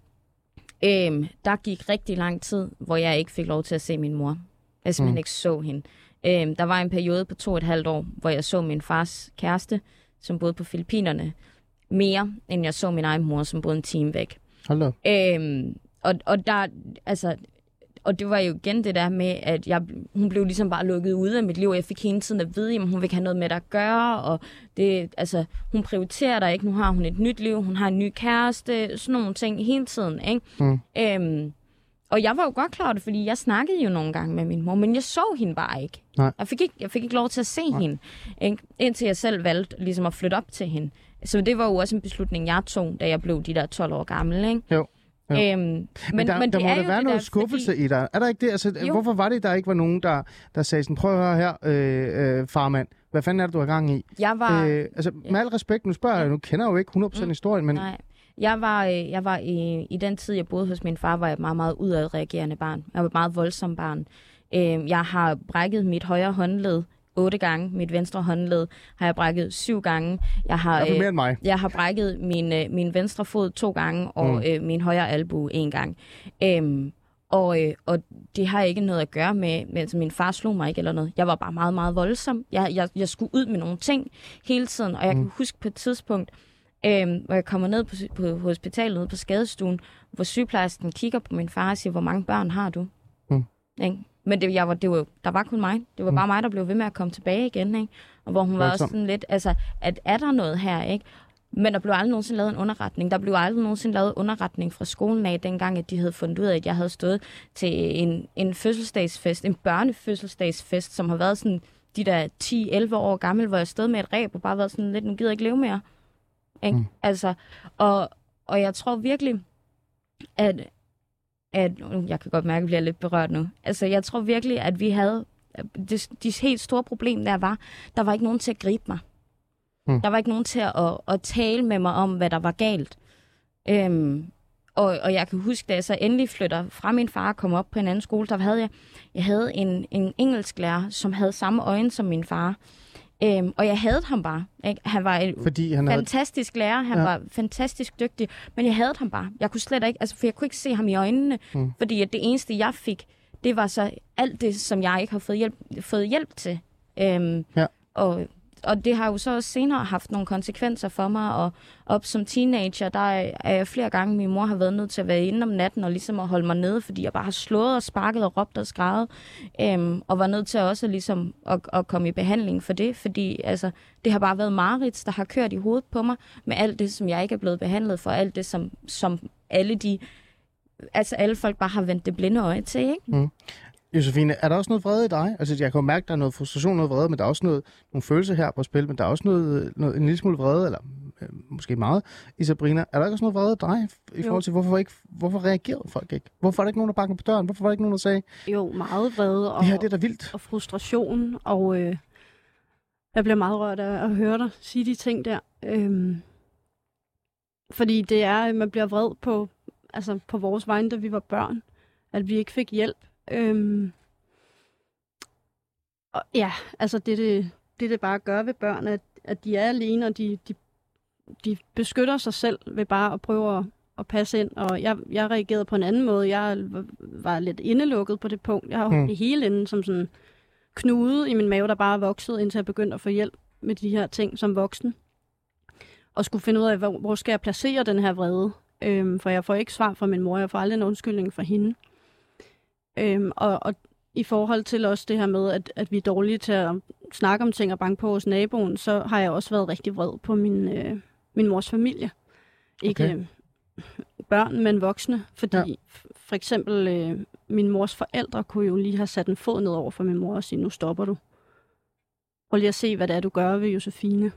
Øhm, der gik rigtig lang tid, hvor jeg ikke fik lov til at se min mor. Jeg simpelthen mm. ikke så hende. Øhm, der var en periode på to og et halvt år, hvor jeg så min fars kæreste, som boede på Filippinerne, mere end jeg så min egen mor, som boede en time væk. Hallo. Øhm, og, og der, altså, og det var jo igen det der med, at jeg, hun blev ligesom bare lukket ude af mit liv, og jeg fik hele tiden at vide, at hun vil ikke have noget med det at gøre, og det, altså, hun prioriterer dig ikke, nu har hun et nyt liv, hun har en ny kæreste, sådan nogle ting hele tiden, ikke? Mm. Øhm, og jeg var jo godt klar over det, fordi jeg snakkede jo nogle gange med min mor, men jeg så hende bare ikke. Nej. Jeg fik ikke, jeg fik ikke lov til at se Nej. hende, ikke? Indtil jeg selv valgte ligesom at flytte op til hende. Så det var jo også en beslutning, jeg tog, da jeg blev de der tolv år gammel, ikke? Jo. jo. Øhm, men, men der, men der det må er der være noget der, skuffelse fordi... i dig. Er der ikke det? Altså, hvorfor var det, der ikke var nogen, der, der sagde sådan, prøv at høre her, øh, øh, farmand, hvad fanden er det, du har gang i? Jeg var... Øh, altså, med al respekt, nu spørger jeg, nu kender jeg jo ikke hundrede procent mm. historien, men... Nej. Jeg var, jeg var i, i den tid, jeg boede hos min far, var jeg et meget, meget udadreagerende barn. Jeg var et meget voldsomt barn. Øh, jeg har brækket mit højre håndled otte gange. Mit venstre håndled har jeg brækket syv gange. Jeg har, øh, mere end mig. Jeg har brækket min, øh, min venstre fod to gange, og mm. øh, min højre albue en gang. Øh, og, øh, og det har ikke noget at gøre med, med altså min far slog mig ikke eller noget. Jeg var bare meget, meget voldsom. Jeg, jeg, jeg skulle ud med nogle ting hele tiden, og jeg mm. kan huske på et tidspunkt, Øhm, hvor jeg kommer ned på, på hospitalet, ned på skadestuen, hvor sygeplejersken kigger på min far og siger, hvor mange børn har du? Mm. Men det, jeg var, det var, der var kun mig. Det var mm. bare mig, der blev ved med at komme tilbage igen. Ikke? Og hvor hun var også sådan lidt, altså, at er der noget her, ikke? Men der blev aldrig nogensinde lavet en underretning. Der blev aldrig nogensinde lavet underretning fra skolen af, dengang, at de havde fundet ud af, at jeg havde stået til en, en fødselsdagsfest, en børnefødselsdagsfest, som har været sådan de der ti elleve år gammel, hvor jeg stod med et ræb og bare været sådan lidt, nu gider jeg ikke leve mere. Ikke? Mm. Altså, og, og jeg tror virkelig, at, at jeg kan godt mærke, at jeg bliver lidt berørt nu. Altså, jeg tror virkelig, at vi havde det, de helt store problem der var, der var ikke nogen til at gribe mig. Mm. Der var ikke nogen til at, at, at tale med mig om, hvad der var galt. Øhm, og, og jeg kan huske, da jeg så endelig flytter fra min far og kom op på en anden skole, der havde jeg, jeg havde en, en engelsklærer, som havde samme øjne som min far. Øhm, og jeg havde ham bare. Ikke? Han var en Fordi han fantastisk havde... lærer, han ja. var fantastisk dygtig, men jeg havde ham bare. Jeg kunne slet ikke, altså for jeg kunne ikke se ham i øjnene, mm. fordi at det eneste, jeg fik, det var så alt det, som jeg ikke har fået hjælp, fået hjælp til. Øhm, ja. og, og det har jo så også senere haft nogle konsekvenser for mig, og op som teenager, der er jeg flere gange, min mor har været nødt til at være inde om natten, og ligesom at holde mig nede, fordi jeg bare har slået og sparket og råbt og skreget, øhm, og var nødt til også ligesom at, at komme i behandling for det, fordi altså, det har bare været mareridt, der har kørt i hovedet på mig, med alt det, som jeg ikke er blevet behandlet for, alt det, som, som alle de, altså alle folk bare har vendt det blinde øje til, ikke? Mm. Josefine, er der også noget vrede i dig? Altså, jeg kan jo mærke, at der er noget frustration, noget vrede, men der er også noget, nogle følelser her på spil, men der er også noget, noget, en lille smule vrede, eller øh, måske meget, i Sabrina. Er der ikke også noget vrede i dig, i jo. forhold til, hvorfor, ikke, hvorfor reagerede folk ikke? Hvorfor er der ikke nogen, der bankede på døren? Hvorfor var der ikke nogen, der sagde... Jo, meget vrede og, det her, det er da vildt. og frustration, og øh, jeg bliver meget rørt af at høre dig sige de ting der. Øhm, Fordi det er, at man bliver vred på, altså på vores vegne, da vi var børn. At vi ikke fik hjælp. Øhm, og ja, altså det det, det, det bare gør ved børn, at, at de er alene, og de, de, de beskytter sig selv ved bare at prøve at, at passe ind. Og jeg, jeg reagerede på en anden måde. Jeg var lidt indelukket på det punkt. Jeg har holdt mm. det hele inden som sådan knude i min mave, der bare voksede, indtil jeg begyndte at få hjælp med de her ting som voksen. Og skulle finde ud af, hvor, hvor skal jeg placere den her vrede. Øhm, for jeg får ikke svar fra min mor, jeg får aldrig en undskyldning fra hende. Øhm, og, og i forhold til også det her med, at, at vi er dårlige til at snakke om ting og banke på hos naboen, så har jeg også været rigtig vred på min, øh, min mors familie. Ikke okay. øh, børn, men voksne. Fordi ja. for eksempel øh, min mors forældre kunne jo lige have sat en fod ned over for min mor og sige, nu stopper du. Prøv lige at se, hvad det er, du gør ved Josefine.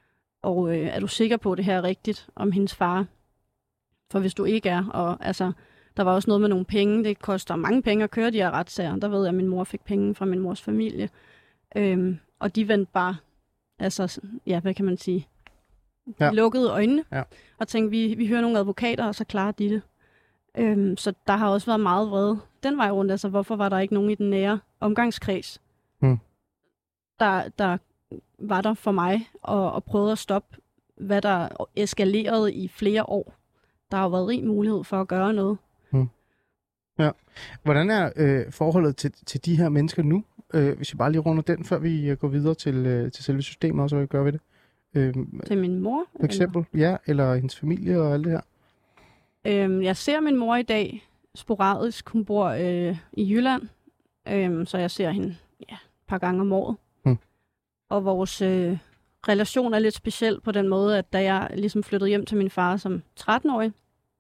Og øh, er du sikker på, at det her er rigtigt om hendes far? For hvis du ikke er, og altså, der var også noget med nogle penge, det koster mange penge at køre de her retssager. Der ved jeg, at min mor fik penge fra min mors familie. Øhm, og de vendte bare, altså, ja, hvad kan man sige, ja. De lukkede øjnene, ja. Og tænkte, vi, vi hører nogle advokater, og så klarer de det. Øhm, så der har også været meget vrede den vej rundt. Altså, hvorfor var der ikke nogen i den nære omgangskreds, hmm. der, der var der for mig, og, og prøvede at stoppe, hvad der eskalerede i flere år. Der har jo været rig mulighed for at gøre noget. Hmm. Ja. Hvordan er øh, forholdet til, til de her mennesker nu? Øh, hvis vi bare lige runder den, før vi går videre til, øh, til selve systemet, også hvad vi gør ved det. Øh, til min mor? For eksempel, eller? Ja, eller hendes familie og alt det her. Øhm, jeg ser min mor i dag sporadisk. Hun bor øh, i Jylland, øhm, så jeg ser hende ja, et par gange om året. Hmm. Og vores øh, relation er lidt speciel på den måde, at da jeg ligesom flyttede hjem til min far som tretten-årig,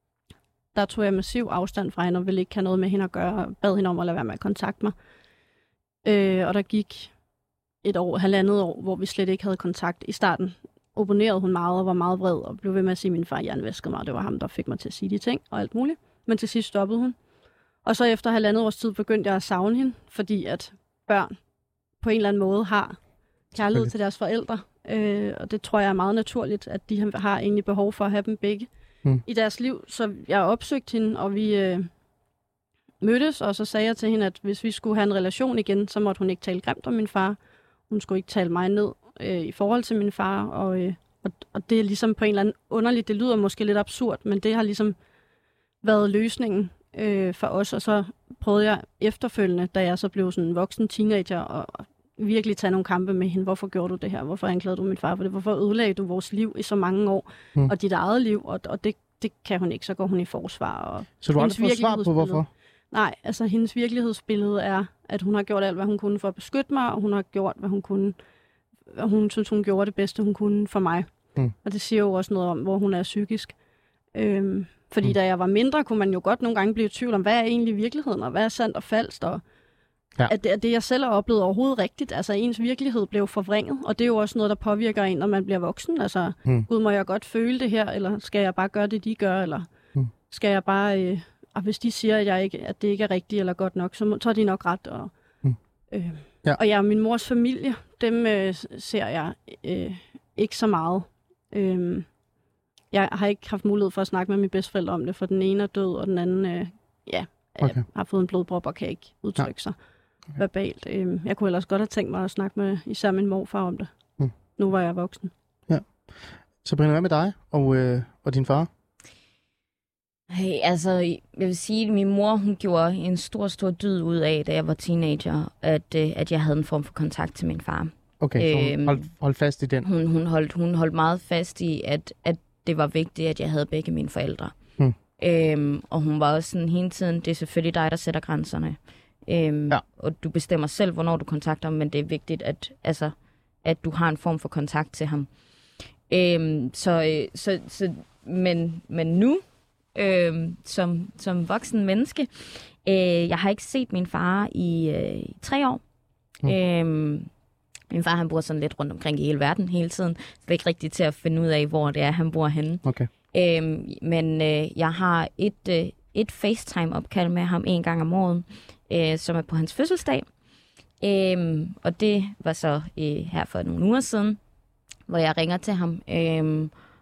der tog jeg massiv afstand fra hende og ville ikke have noget med hende at gøre, og bad hende om at lade være med at kontakte mig. Øh, og der gik et år, halvandet år, hvor vi slet ikke havde kontakt. I starten opponerede hun meget og var meget vred og blev ved med at sige, at min far jernvæskede mig, og det var ham, der fik mig til at sige de ting og alt muligt. Men til sidst stoppede hun. Og så efter halvandet års tid begyndte jeg at savne hende, fordi at børn på en eller anden måde har kærlighed til deres forældre. Øh, og det tror jeg er meget naturligt, at de har egentlig behov for at have dem begge hmm. i deres liv. Så jeg opsøgte hende, og vi øh, mødtes, og så sagde jeg til hende, at hvis vi skulle have en relation igen, så måtte hun ikke tale grimt om min far. Hun skulle ikke tale mig ned øh, i forhold til min far. Og, øh, og, og det er ligesom på en eller anden underligt, det lyder måske lidt absurd, men det har ligesom været løsningen øh, for os. Og så prøvede jeg efterfølgende, da jeg så blev sådan en voksen teenager, og virkelig tage nogle kampe med hende. Hvorfor gjorde du det her? Hvorfor anklagede du min far for det? Hvorfor ødelagde du vores liv i så mange år? Mm. Og dit eget liv? Og, og det, det kan hun ikke. Så går hun i forsvar. Og så du har aldrig fået svar på, hvorfor? Nej, altså hendes virkelighedsbillede er, at hun har gjort alt, hvad hun kunne for at beskytte mig, og hun har gjort, hvad hun kunne. Og hun synes, hun gjorde det bedste, hun kunne for mig. Mm. Og det siger jo også noget om, hvor hun er psykisk. Øhm, fordi mm. da jeg var mindre, kunne man jo godt nogle gange blive i tvivl om, hvad er egentlig virkeligheden, og hvad er sandt og falsk, og ja. At, det, at det, jeg selv har oplevet overhovedet rigtigt, altså ens virkelighed blev forvrænget, og det er jo også noget, der påvirker en, når man bliver voksen. Altså, mm. gud, må jeg godt føle det her, eller skal jeg bare gøre det, de gør, eller mm. skal jeg bare, øh, og hvis de siger, at, jeg ikke, at det ikke er rigtigt eller godt nok, så, må, så er de nok ret. Og, mm. øh, ja. og ja, min mors familie, dem øh, ser jeg øh, ikke så meget. Øh, jeg har ikke haft mulighed for at snakke med mine bedsteforældre om det, for den ene er død, og den anden øh, ja, okay. har fået en blodprop og kan ikke udtrykke ja. sig. Okay. Verbalt. Jeg kunne ellers godt have tænkt mig at snakke med især min morfar om det. Mm. Nu var jeg voksen. Ja. Sabrina, hvad med dig og, øh, og din far? Hey, altså, jeg vil sige, at min mor hun gjorde en stor, stor dyd ud af, da jeg var teenager, at, øh, at jeg havde en form for kontakt til min far. Okay, så hun øhm, holdt, holdt fast i den? Hun, hun, holdt, hun holdt meget fast i, at, at det var vigtigt, at jeg havde begge mine forældre. Mm. Øhm, og hun var også sådan hele tiden, det er selvfølgelig dig, der sætter grænserne. Øhm, ja. Og du bestemmer selv, hvornår du kontakter ham, men det er vigtigt, at, altså, at du har en form for kontakt til ham. Øhm, så, øh, så, så, men, men nu, øh, som, som voksen menneske, øh, jeg har ikke set min far i, øh, i tre år. Mm. Øhm, min far, han bor sådan lidt rundt omkring i hele verden hele tiden. Så det er ikke rigtigt til at finde ud af, hvor det er, han bor henne. Okay. Øhm, men øh, jeg har et, øh, et FaceTime-opkald med ham en gang om året, øh, som er på hans fødselsdag. Øhm, og det var så øh, her for nogle uger siden, hvor jeg ringer til ham. Øhm,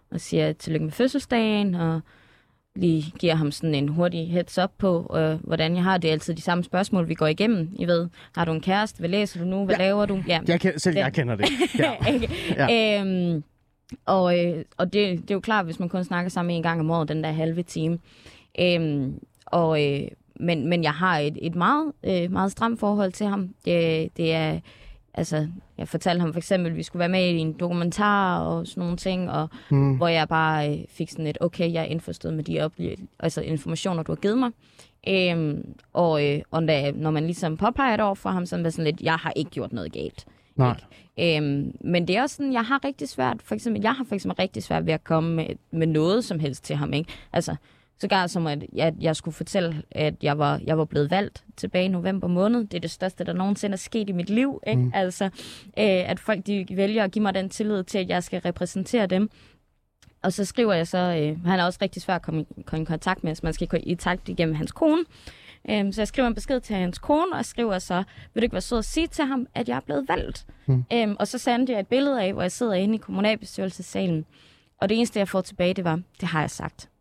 og siger tillykke med fødselsdagen, og lige giver ham sådan en hurtig heads up på, øh, hvordan jeg har det. Det er altid de samme spørgsmål, vi går igennem. I ved, har du en kæreste? Hvad læser du nu? Hvad ja. laver du? Ja. Jeg kan, selv jeg kender det. Ja. ja. Øhm, og øh, og det, det er jo klart, hvis man kun snakker sammen en gang om året, den der halve time. Øhm, og, øh, men, men jeg har et, et meget, øh, meget stramt forhold til ham. Det, det er... Altså, jeg fortalte ham for eksempel, at vi skulle være med i en dokumentar og sådan nogle ting, og mm. hvor jeg bare øh, fik sådan et, okay, jeg er indforstået med de oplevelser, altså informationer, du har givet mig. Øhm, og øh, og da, når man ligesom påpeger det over for ham, så er det sådan lidt, jeg har ikke gjort noget galt. Nej. Øhm, men det er også sådan, jeg har rigtig svært, for eksempel, jeg har for eksempel rigtig svært ved at komme med, med noget som helst til ham, ikke? Altså, sågar som at jeg, jeg skulle fortælle, at jeg var, jeg var blevet valgt tilbage i november måned. Det er det største, der nogensinde er sket i mit liv. Ikke? Mm. Altså, øh, at folk de vælger at give mig den tillid til, at jeg skal repræsentere dem. Og så skriver jeg så, øh, han er også rigtig svært at komme i, komme i kontakt med, så man skal gå i takt igennem hans kone. Øh, så jeg skriver en besked til hans kone, og skriver så, vil du ikke være sød at sige til ham, at jeg er blevet valgt? Mm. Øh, og så sendte jeg et billede af, hvor jeg sidder inde i kommunalbestyrelsessalen. Og det eneste, jeg får tilbage, det var, det har jeg sagt.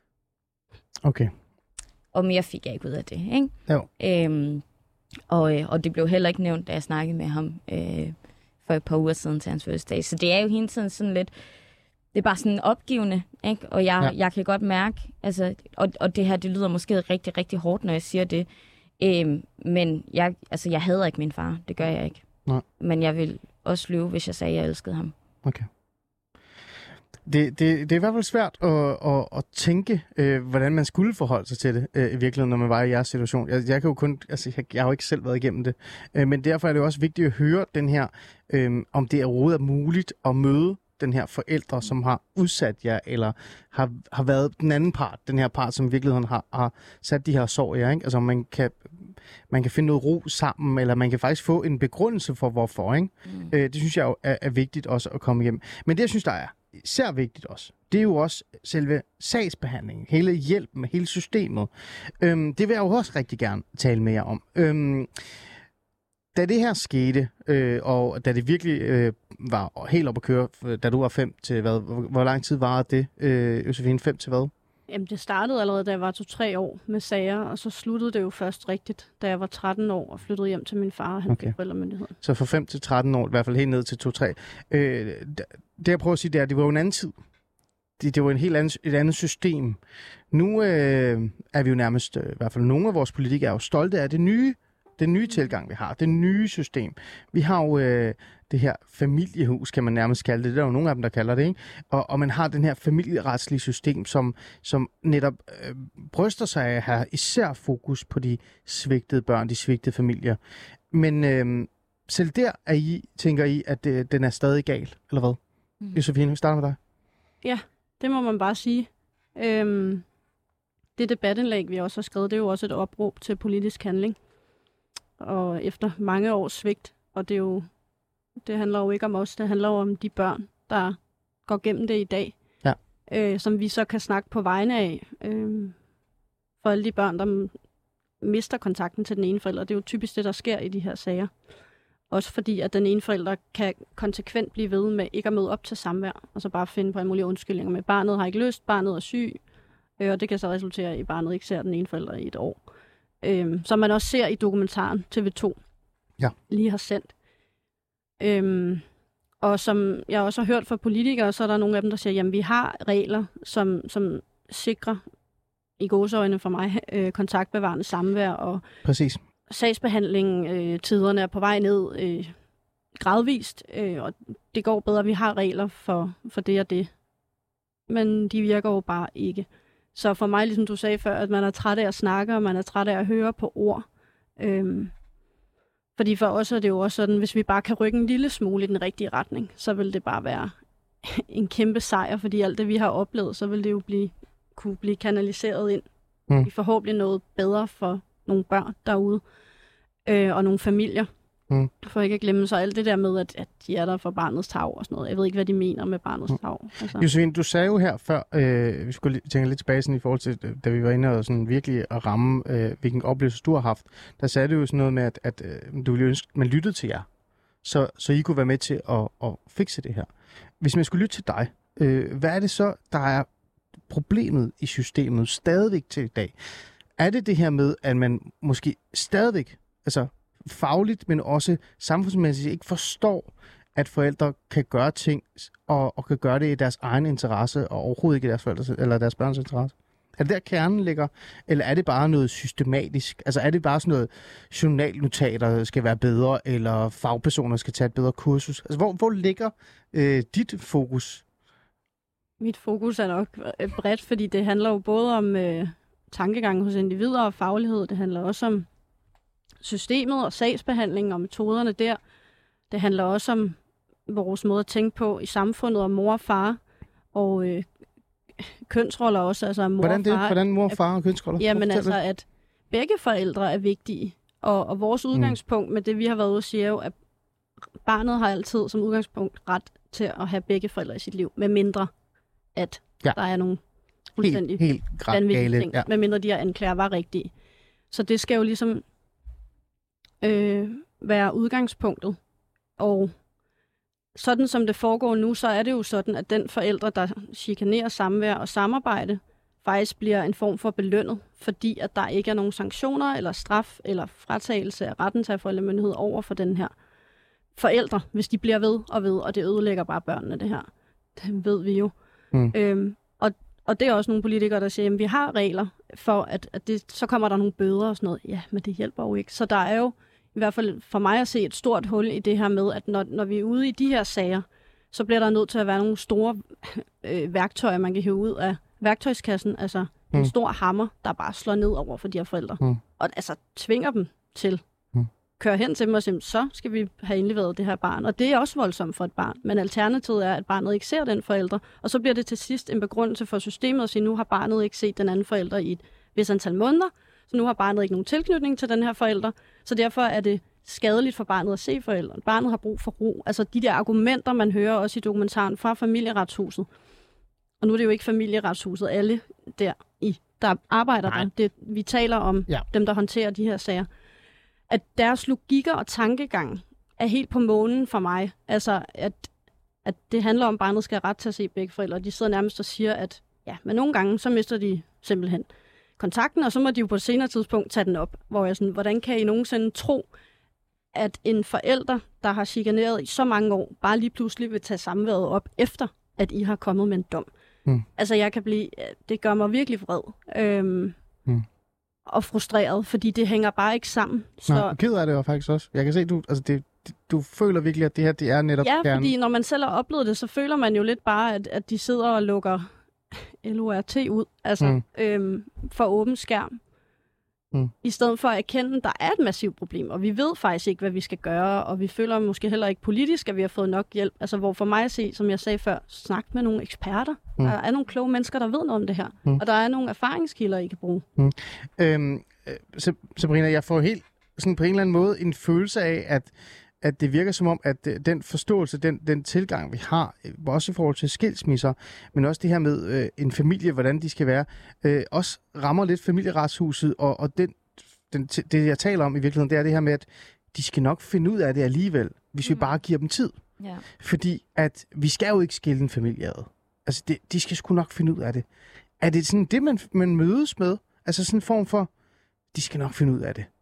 Okay. Og mere fik jeg ikke ud af det, ikke? Jo. Øhm, og, og det blev heller ikke nævnt, da jeg snakkede med ham øh, for et par uger siden til hans fødselsdag. Så det er jo hele tiden sådan lidt, det er bare sådan opgivende, ikke? Og jeg, ja. jeg kan godt mærke, altså, og, og det her, det lyder måske rigtig, rigtig hårdt, når jeg siger det. Øhm, men jeg, altså, jeg hader ikke min far, det gør jeg ikke. Nej. Men jeg vil også lyve, hvis jeg sagde, at jeg elskede ham. Okay. Det, det, det er i hvert fald svært at, at, at tænke, øh, hvordan man skulle forholde sig til det øh, i virkeligheden, når man var i jeres situation. Jeg, jeg kan jo kun, altså, jeg, jeg har jo ikke selv været igennem det, øh, men derfor er det jo også vigtigt at høre den her, øh, om det overhovedet er muligt at møde den her forældre, som har udsat jer, eller har, har været den anden part, den her part, som i virkeligheden har, har sat de her sår i jer, ikke? Altså man kan, man kan finde noget ro sammen, eller man kan faktisk få en begrundelse for, hvorfor, ikke? Mm. Øh, det synes jeg jo er, er vigtigt også at komme hjem. Men det, jeg synes, der er især vigtigt også, det er jo også selve sagsbehandlingen, hele hjælpen, hele systemet. Øhm, det vil jeg jo også rigtig gerne tale med jer om. Øhm, da det her skete, øh, og da det virkelig øh, var helt op at køre, da du var fem til hvad? Hvor, hvor lang tid varede det, øh, Josefine? Fem til hvad? Jamen, det startede allerede, da jeg var to-tre år med sager, og så sluttede det jo først rigtigt, da jeg var tretten år og flyttede hjem til min far, og han okay. fik forældremyndighed. Så fra fem til tretten år, i hvert fald helt ned til to-tre. Øh, det jeg prøver at sige, det er, at det var jo en anden tid. Det, det var en helt anden, et andet system. Nu øh, er vi jo nærmest, øh, i hvert fald nogle af vores politikere, er jo stolte af det nye, den nye tilgang, vi har, det nye system. Vi har jo øh, det her familiehus, kan man nærmest kalde det. Der er jo nogle af dem, der kalder det, ikke? Og, og man har den her familieretslige system, som, som netop øh, bryster sig af at have især fokus på de svigtede børn, de svigtede familier. Men øh, selv der er I, tænker I, at øh, den er stadig gal, eller hvad? Mm. Josefine, vi starter med dig. Ja, det må man bare sige. Øhm, det debatindlæg, vi også har skrevet, det er jo også et opråb til politisk handling. Og efter mange års svigt, og det er jo, det handler jo ikke om os, det handler jo om de børn, der går gennem det i dag, ja. øh, som vi så kan snakke på vegne af. Øh, for alle de børn, der mister kontakten til den ene forælder, det er jo typisk det, der sker i de her sager. Også fordi, at den ene forælder kan konsekvent blive ved med ikke at møde op til samvær, og så bare finde på en mulig undskyldninger med, barnet har ikke lyst, barnet er syg, øh, og det kan så resultere i, at barnet ikke ser den ene forælder i et år. Øhm, som man også ser i dokumentaren T V to, ja. lige har sendt. Øhm, og som jeg også har hørt fra politikere, så er der nogle af dem, der siger, jamen vi har regler, som, som sikrer, i gåseøjne for mig, øh, kontaktbevarende samvær og Præcis. sagsbehandling, øh, tiderne er på vej ned øh, gradvist, øh, og det går bedre, vi har regler for, for det og det. Men de virker jo bare ikke. Så for mig, ligesom du sagde før, at man er træt af at snakke, og man er træt af at høre på ord. Øhm, fordi for os er det jo også sådan, hvis vi bare kan rykke en lille smule i den rigtige retning, så vil det bare være en kæmpe sejr, fordi alt det, vi har oplevet, så vil det jo blive, kunne blive kanaliseret ind mm. i forhåbentlig noget bedre for nogle børn derude, øh, og nogle familier. Mm. For ikke at glemme så alt det der med, at, at de er der for barnets tarv og sådan noget. Jeg ved ikke, hvad de mener med barnets mm. tarv. Altså. Josefine, du sagde jo her før, øh, vi skulle tænke lidt tilbage sådan, i forhold til, da vi var inde og sådan virkelig at ramme, øh, hvilken oplevelse du har haft. Der sagde du jo sådan noget med, at, at øh, du ville ønske, man lyttede til jer, så, så I kunne være med til at, at fikse det her. Hvis man skulle lytte til dig, øh, hvad er det så, der er problemet i systemet stadigvæk til i dag? Er det det her med, at man måske stadigvæk, altså fagligt, men også samfundsmæssigt, ikke forstår, at forældre kan gøre ting, og, og kan gøre det i deres egen interesse, og overhovedet ikke i deres forældres eller deres børns interesse? Er det der kernen ligger, eller er det bare noget systematisk? Altså er det bare sådan noget, journalnotater skal være bedre, eller fagpersoner skal tage et bedre kursus? Altså hvor, hvor ligger øh, dit fokus? Mit fokus er nok bredt, fordi det handler jo både om øh, tankegang hos individer og faglighed. Det handler også om systemet og sagsbehandling og metoderne der. Det handler også om vores måde at tænke på i samfundet, om mor og far, og øh, kønsroller også. Altså mor Hvordan det? og far, Hvordan mor, far og kønsroller? Jamen altså, at begge forældre er vigtige. Og, og vores udgangspunkt med det, vi har været ude og sige, er jo, at barnet har altid som udgangspunkt ret til at have begge forældre i sit liv, med mindre at ja. der er nogle fuldstændig helt, helt vanvittige ting, ja. med mindre de her anklager var rigtige. Så det skal jo ligesom øh, være udgangspunktet. Og sådan som det foregår nu, så er det jo sådan, at den forældre, der chikanerer samvær og samarbejde, faktisk bliver en form for belønnet, fordi at der ikke er nogen sanktioner eller straf eller fratagelse af retten til at forældremyndighed over for den her forældre, hvis de bliver ved og ved, og det ødelægger bare børnene, det her. Det ved vi jo. Mm. Øhm, og, og det er også nogle politikere, der siger, at vi har regler for, at, at det, så kommer der nogle bøder og sådan noget. Ja, men det hjælper jo ikke. Så der er jo i hvert fald for mig at se et stort hul i det her med, at når, når vi er ude i de her sager, så bliver der nødt til at være nogle store øh, værktøjer, man kan hive ud af værktøjskassen. Altså mm. en stor hammer, der bare slår ned over for de her forældre. Mm. Og altså tvinger dem til mm. køre hen til dem og sige, så skal vi have indleveret det her barn. Og det er også voldsomt for et barn. Men alternativet er, at barnet ikke ser den forælder. Og så bliver det til sidst en begrundelse for systemet at sige, nu har barnet ikke set den anden forælder i et vis antal måneder. Så nu har barnet ikke nogen tilknytning til den her forælder. Så derfor er det skadeligt for barnet at se forældren. Barnet har brug for ro. Altså de der argumenter, man hører også i dokumentaren fra Familieretshuset. Og nu er det jo ikke Familieretshuset, alle der, i, der arbejder Nej. der. Det, vi taler om ja. dem, der håndterer de her sager. At deres logikker og tankegang er helt på månen for mig. Altså, at, at det handler om, at barnet skal have ret til at se begge forældre. De sidder nærmest og siger, at ja, men nogle gange, så mister de simpelthen kontakten, og så må de jo på et senere tidspunkt tage den op. Hvor jeg sådan, hvordan kan I nogensinde tro, at en forælder, der har chikaneret i så mange år, bare lige pludselig vil tage samværet op, efter at I har kommet med en dom? Mm. Altså, jeg kan blive, det gør mig virkelig vred. Øhm, mm. og frustreret, fordi det hænger bare ikke sammen. Så... Nej, ked af det jo faktisk også. Jeg kan se, du, altså det, du føler virkelig, at det her det er netop Ja, gerne. Fordi når man selv har oplevet det, så føler man jo lidt bare, at, at de sidder og lukker L O R T ud, altså mm. øhm, for åben skærm. Mm. I stedet for at erkende, at der er et massivt problem, og vi ved faktisk ikke, hvad vi skal gøre, og vi føler måske heller ikke politisk, at vi har fået nok hjælp. Altså hvor for mig at se, som jeg sagde før, snak med nogle eksperter. Mm. Der er nogle kloge mennesker, der ved noget om det her, mm. og der er nogle erfaringskilder, I kan bruge. Mm. Øhm, Sabrina, jeg får helt sådan på en eller anden måde en følelse af, at at det virker som om, at den forståelse, den, den tilgang, vi har, også i forhold til skilsmisser, men også det her med øh, en familie, hvordan de skal være, øh, også rammer lidt Familieretshuset, og, og den, den, det, jeg taler om i virkeligheden, det er det her med, at de skal nok finde ud af det alligevel, hvis mm. vi bare giver dem tid. Yeah. Fordi at vi skal jo ikke skille en familie ad. Altså, det, de skal sgu nok finde ud af det. Er det sådan det, man, man mødes med? Altså sådan en form for, de skal nok finde ud af det.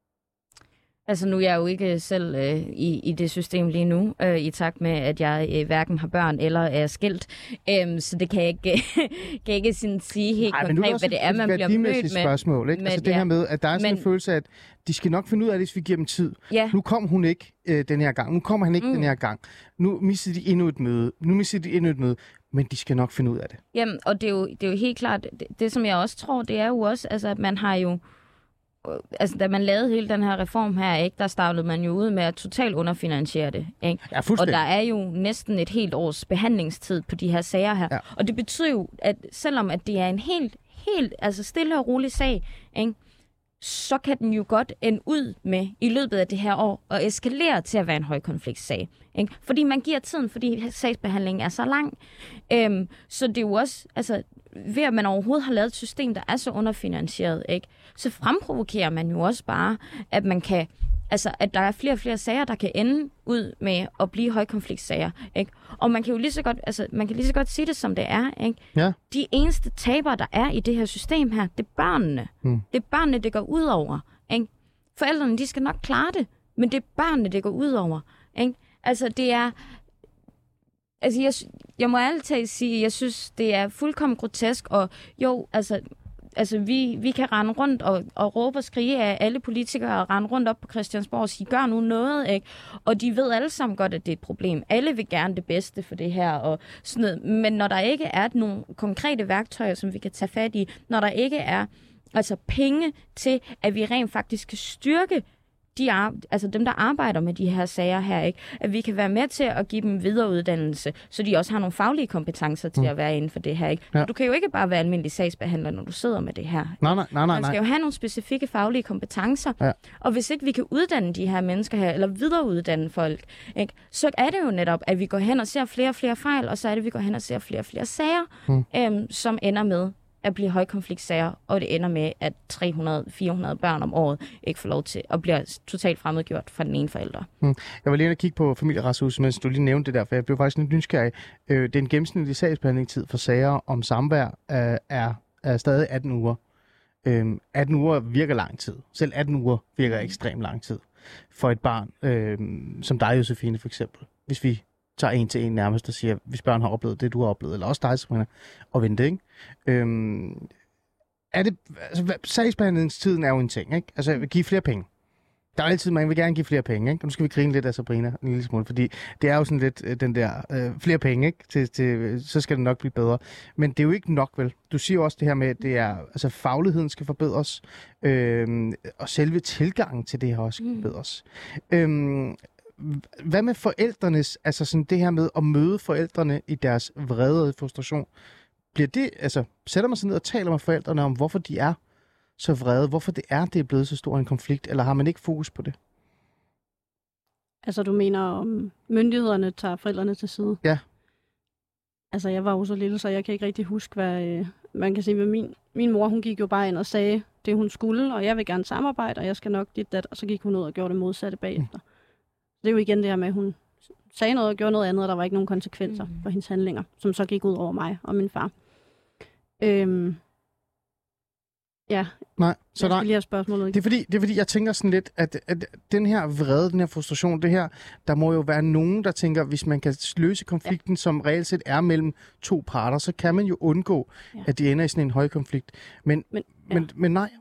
Altså nu er jeg jo ikke selv øh, i, i det system lige nu, øh, i takt med, at jeg øh, hverken har børn eller er skilt. Æm, så det kan jeg ikke, kan jeg ikke sådan sige helt Ej, konkret, hvad det er, man bliver mødt med. Spørgsmål, ikke? med altså det ja. her med, at der er sådan men, en følelse af, at de skal nok finde ud af det, hvis vi giver dem tid. Ja. Nu kom hun ikke øh, den her gang, nu kommer han ikke mm. den her gang. Nu misser de endnu et møde, nu misser de endnu et møde, men de skal nok finde ud af det. Jamen, og det er jo, det er jo helt klart, det, det som jeg også tror, det er jo også, altså at man har jo, altså, da man lavede hele den her reform her, ikke, der startede man jo ud med at totalt underfinansiere det. Ikke? Ja, og der er jo næsten et helt års behandlingstid på de her sager her. Ja. Og det betyder jo, at selvom at det er en helt, helt altså stille og rolig sag, ikke, så kan den jo godt ende ud med i løbet af det her år og eskalere til at være en højkonfliktsag. Ikke? Fordi man giver tiden, fordi sagsbehandlingen er så lang. Øhm, så det er jo også, altså ved at man overhovedet har lavet et system, der er så underfinansieret, ikke, så fremprovokerer man jo også bare, at man kan altså, at der er flere og flere sager, der kan ende ud med at blive højkonfliktsager, ikke? Og man kan jo lige så godt, altså, man kan lige så godt sige det, som det er, ikke? Ja. De eneste tabere, der er i det her system her, det er børnene. Mm. Det er børnene, det går ud over, ikke? Forældrene, de skal nok klare det, men det er børnene, det går ud over, ikke? Altså, det er... Altså, jeg, jeg må ærligt talt sige, jeg synes, det er fuldkommen grotesk, og jo, altså... Altså, vi, vi kan rende rundt og, og råbe og skrige af alle politikere og rende rundt op på Christiansborg og sige, gør nu noget, ikke? Og de ved alle sammen godt, at det er et problem. Alle vil gerne det bedste for det her og sådan noget. Men når der ikke er nogle konkrete værktøjer, som vi kan tage fat i, når der ikke er altså penge til, at vi rent faktisk kan styrke de, altså dem, der arbejder med de her sager her, ikke? At vi kan være med til at give dem videreuddannelse, så de også har nogle faglige kompetencer til mm. at være inden for det her, ikke? Ja. Du kan jo ikke bare være almindelig sagsbehandler, når du sidder med det her. Nej, nej, nej, nej. Man skal jo have nogle specifikke faglige kompetencer, ja. Og hvis ikke vi kan uddanne de her mennesker her, eller videreuddanne folk, ikke? Så er det jo netop, at vi går hen og ser flere og flere fejl, og så er det, at vi går hen og ser flere og flere sager, mm. øhm, som ender med at blive højkonfliktsager, og det ender med, at tre hundrede til fire hundrede børn om året ikke får lov til at blive totalt fremmedgjort fra den ene forælder. Hmm. Jeg var lige inde og kigge på Familieretshuset, mens du lige nævnte det der, for jeg blev faktisk lidt nysgerrig. Øh, den gennemsnitlige sagsbehandlingstid for sager om samvær øh, er, er stadig atten uger. Øh, atten uger virker lang tid. Selv atten uger virker ekstremt lang tid for et barn, øh, som dig, Josefine, for eksempel. Hvis vi tager en til en nærmest og siger, hvis børn har oplevet det, du har oplevet, eller også dig, Sabrina, og vente, ikke? Øhm, er det, altså, sagsbehandlingstiden er jo en ting, ikke? Altså, vil give flere penge. Der er altid, man vil gerne give flere penge, ikke? Nu skal vi grine lidt af Sabrina en lille smule, fordi det er jo sådan lidt øh, den der, øh, flere penge, ikke? Til, til, så skal det nok blive bedre. Men det er jo ikke nok, vel? Du siger jo også det her med, at det er, altså, fagligheden skal forbedres, øh, og selve tilgangen til det her også skal mm. forbedres. Øh, Hvad med forældrenes, altså sådan det her med at møde forældrene i deres vrede og frustration? Bliver det, altså sætter man sig ned og taler med forældrene om, hvorfor de er så vrede, hvorfor det er, det er blevet så stor en konflikt, eller har man ikke fokus på det? Altså du mener, om myndighederne tager forældrene til side? Ja. Altså jeg var jo så lille, så jeg kan ikke rigtig huske, hvad øh, man kan sige med min, min mor, hun gik jo bare ind og sagde det, hun skulle, og jeg vil gerne samarbejde, og jeg skal nok dit dat, og så gik hun ud og gjorde det modsatte bagefter. Mm. Det er jo igen det her med, at hun sagde noget og gjorde noget andet, og der var ikke nogen konsekvenser mm. for hendes handlinger, som så gik ud over mig og min far. Øhm, ja, Nej, så jeg der, skal lige have spørgsmålet. Det er, fordi, det er fordi, jeg tænker sådan lidt, at, at den her vrede, den her frustration, det her, der må jo være nogen, der tænker, hvis man kan løse konflikten, ja. som reelt set er mellem to parter, så kan man jo undgå, ja. at de ender i sådan en højkonflikt. Men, men, ja. men, men nej.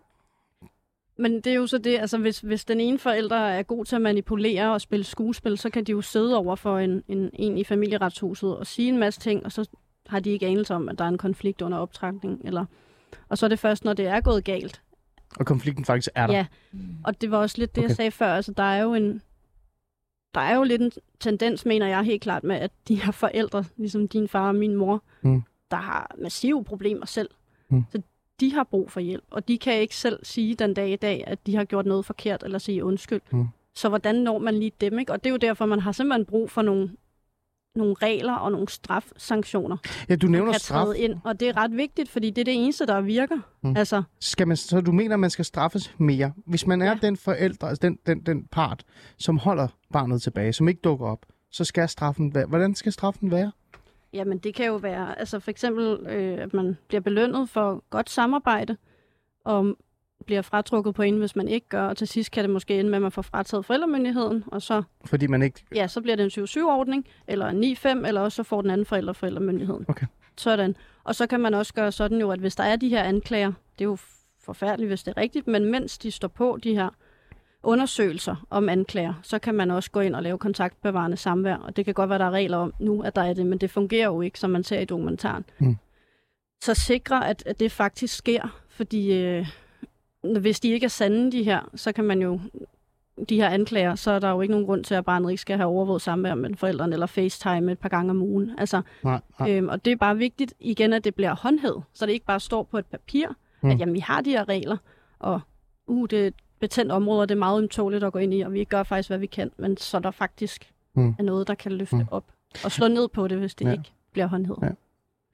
Men det er jo så det, altså hvis, hvis den ene forælder er god til at manipulere og spille skuespil, så kan de jo sidde over for en, en, en i familieretshuset og sige en masse ting, og så har de ikke anelse om, at der er en konflikt under optrapning. Eller... Og så er det først, når det er gået galt. Og konflikten faktisk er der. Ja, og det var også lidt det, okay. jeg sagde før. Altså, der er jo en, der er jo lidt en tendens, mener jeg helt klart, med, at de her forældre, ligesom din far og min mor, mm. der har massive problemer selv. Mm. Så de har brug for hjælp, og de kan ikke selv sige den dag i dag, at de har gjort noget forkert, eller sige undskyld. Mm. Så hvordan når man lige dem, ikke? Og det er jo derfor, man har simpelthen brug for nogle, nogle regler og nogle strafsanktioner. Ja, du nævner straf. Ind, og det er ret vigtigt, fordi det er det eneste, der virker. Mm. Altså, skal man, så du mener, at man skal straffes mere? Hvis man er ja. den forælder, altså den, den, den part, som holder barnet tilbage, som ikke dukker op, så skal straffen være. Hvordan skal straffen være? Jamen, det kan jo være, altså for eksempel, øh, at man bliver belønnet for godt samarbejde, og bliver fratrukket point, hvis man ikke gør, og til sidst kan det måske ende med, at man får frataget forældremyndigheden, og så... Fordi man ikke... Ja, så bliver det en syv syv-ordning, eller en ni fem, eller også så får den anden forælder forældremyndigheden. Okay. Sådan. Og så kan man også gøre sådan jo, at hvis der er de her anklager, det er jo forfærdeligt, hvis det er rigtigt, men mens de står på, de her undersøgelser om anklager, så kan man også gå ind og lave kontaktbevarende samvær, og det kan godt være, der er regler om nu, at der er det, men det fungerer jo ikke, som man ser i dokumentaren. Mm. Så sikre, at, at det faktisk sker, fordi øh, hvis de ikke er sande, de her, så kan man jo, de her anklager, så er der jo ikke nogen grund til, at barnet ikke skal have overvåget samvær med forældrene, eller FaceTime et par gange om ugen. Altså, nej, nej. Øhm, og det er bare vigtigt igen, at det bliver håndhævet, så det ikke bare står på et papir, mm. at jamen, vi har de her regler, og uh, det er betændt områder, det er meget ømtåligt at gå ind i, og vi gør faktisk, hvad vi kan, men så der faktisk mm. er noget, der kan løfte mm. op og slå ned på det, hvis det ja. ikke bliver håndhævet. Ja.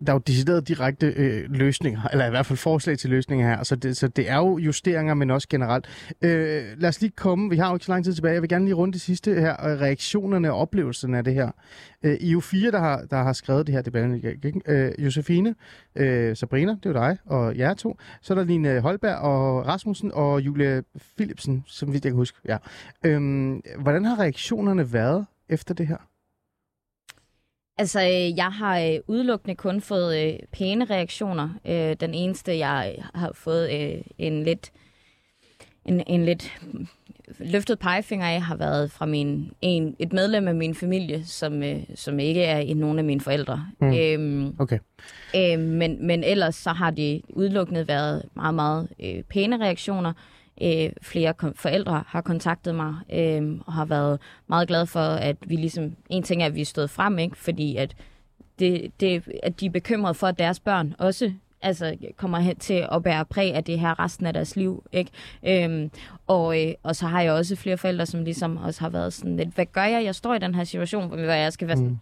der er jo decideret direkte øh, løsninger, eller i hvert fald forslag til løsninger her. Altså det, så det er jo justeringer, men også generelt. Øh, lad os lige komme, vi har jo ikke så lang tid tilbage, jeg vil gerne lige runde det sidste her, og reaktionerne og oplevelserne af det her. Øh, I er jo fire, der har, der har skrevet det her debat. Øh, Josefine, øh, Sabrina, det er jo dig, og jer to. Så er der Line Holberg og Rasmussen og Julie Philipsen, som vidt jeg kan huske. Ja. Øh, hvordan har reaktionerne været efter det her? Altså, jeg har udelukkende kun fået øh, pæne reaktioner. Øh, den eneste, jeg har fået øh, en lidt en, en lidt løftet pegefinger af, har været fra min, en, et medlem af min familie, som, øh, som ikke er nogen af mine forældre. Mm. Øhm, okay. øh, men, men ellers så har det udelukkende været meget, meget øh, pæne reaktioner. Øh, flere kom- forældre har kontaktet mig øh, og har været meget glade for, at vi ligesom, en ting er, at vi er stået frem, ikke? Fordi at, det, det, at de er bekymrede for, at deres børn også altså, kommer hen til at bære præg af det her resten af deres liv. Ikke? Øhm, og, øh, og så har jeg også flere forældre, som ligesom også har været sådan lidt, hvad gør jeg? Jeg står i den her situation, hvor jeg skal være sådan, mm.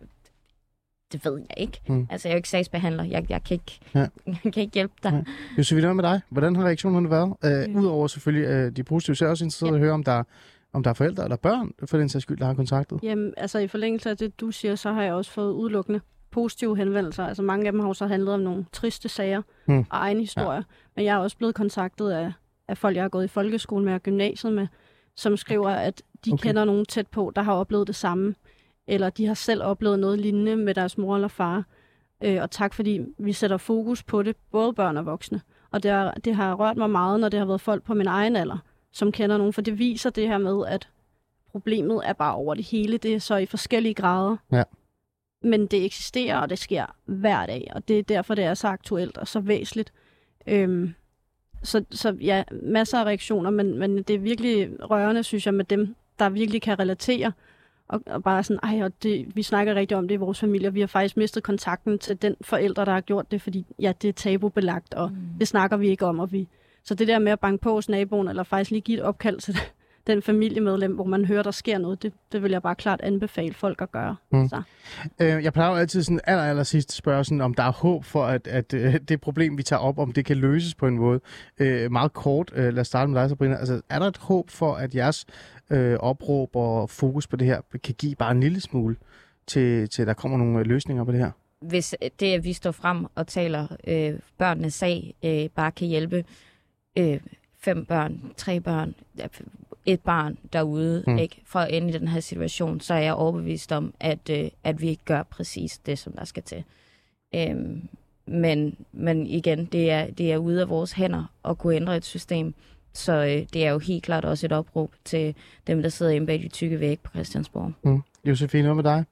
det ved jeg ikke. Mm. Altså, jeg er jo ikke sagsbehandler. Jeg, jeg, kan, ikke, ja. jeg kan ikke hjælpe dig. Ja. Josefine, hvad med dig? Hvordan har reaktionerne været? Øh, mm. Udover selvfølgelig øh, de positive, så er jeg også interesseret ja. at høre, om der, om der er forældre eller børn, for den sags skyld, der har kontaktet. Jamen, altså i forlængelse af det, du siger, så har jeg også fået udelukkende positive henvendelser. Altså mange af dem har jo så handlet om nogle triste sager mm. og egne historier. Ja. Men jeg er også blevet kontaktet af, af folk, jeg har gået i folkeskole med og gymnasiet med, som skriver, at de okay. kender nogen tæt på, der har oplevet det samme. Eller de har selv oplevet noget lignende med deres mor eller far. Øh, og tak, fordi vi sætter fokus på det, både børn og voksne. Og det har, det har rørt mig meget, når det har været folk på min egen alder, som kender nogen. For det viser det her med, at problemet er bare over det hele. Det er så i forskellige grader. Ja. Men det eksisterer, og det sker hver dag. Og det er derfor, det er så aktuelt og så væsentligt. Øhm, så, så ja, masser af reaktioner, men, men det er virkelig rørende, synes jeg, med dem, der virkelig kan relatere. Og, og bare sådan, ej, og det, vi snakker rigtig om det i vores familie. Vi har faktisk mistet kontakten til den forældre, der har gjort det, fordi ja, det er tabubelagt, og mm. det snakker vi ikke om. Og vi, så det der med at banke på hos naboen, eller faktisk lige give et opkald til den familiemedlem, hvor man hører, der sker noget, det, det vil jeg bare klart anbefale folk at gøre. Mm. Så. Øh, jeg plejer jo altid sådan aller, aller sidst spørge, sådan, om der er håb for, at, at øh, det problem, vi tager op, om det kan løses på en måde. Øh, meget kort, øh, lad os starte med dig, Sabrina. Altså, er der et håb for, at jeres øh, opråb og fokus på det her kan give bare en lille smule, til, til der kommer nogle løsninger på det her? Hvis det, at vi står frem og taler øh, børnenes sag, øh, bare kan hjælpe øh, fem børn, tre børn, et barn derude, mm. ikke, for at ende i den her situation, så er jeg overbevist om, at, øh, at vi ikke gør præcis det, som der skal til. Øhm, men, men igen, det er, det er ude af vores hænder at kunne ændre et system, så øh, det er jo helt klart også et opråb til dem, der sidder inde bag de tykke vægge på Christiansborg. Mm. Josefine, hvad med dig?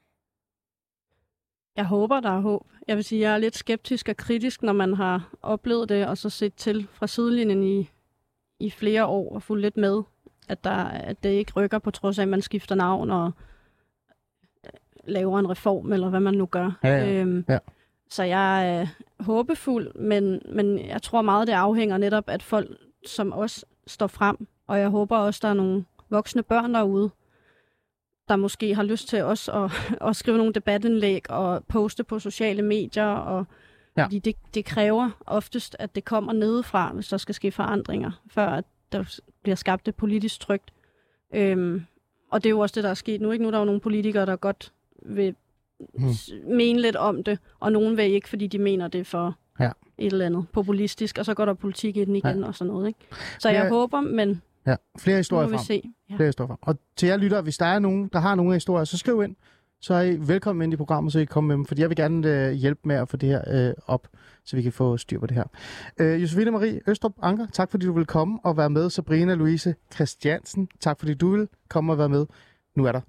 Jeg håber, der er håb. Jeg vil sige, jeg er lidt skeptisk og kritisk, når man har oplevet det, og så set til fra sidelinjen i, i flere år og fulgt lidt med, at, der, at det ikke rykker på trods af, at man skifter navn og laver en reform, eller hvad man nu gør. Ja, ja. Øhm, ja. Så jeg er håbefuld, men, men jeg tror meget, det afhænger netop, at folk som os står frem, og jeg håber også, der er nogle voksne børn derude, der måske har lyst til også at, at skrive nogle debatindlæg og poste på sociale medier, og ja. Fordi det, det kræver oftest, at det kommer nedefra, hvis der skal ske forandringer, før at der bliver skabt et politisk trygt. Øhm, og det er jo også det, der er sket nu. Ikke? Nu er der jo nogle politikere, der godt vil hmm. mene lidt om det, og nogen vil ikke, fordi de mener det for ja. et eller andet populistisk, og så går der politik i den igen ja. og sådan noget. Ikke? Så jeg ja. håber, men ja. flere historier frem. Se. Ja. Flere historier frem. Og til jer lytter, hvis der er nogen, der har nogle historier, så skriv ind. Så er I velkommen ind i programmet, så I kan komme med dem, fordi jeg vil gerne øh, hjælpe med at få det her øh, op, så vi kan få styr på det her. Øh, Josefine Marie Østrup Anker, tak fordi du vil komme og være med. Sabrina Louise Christiansen, tak fordi du vil komme og være med. Nu er der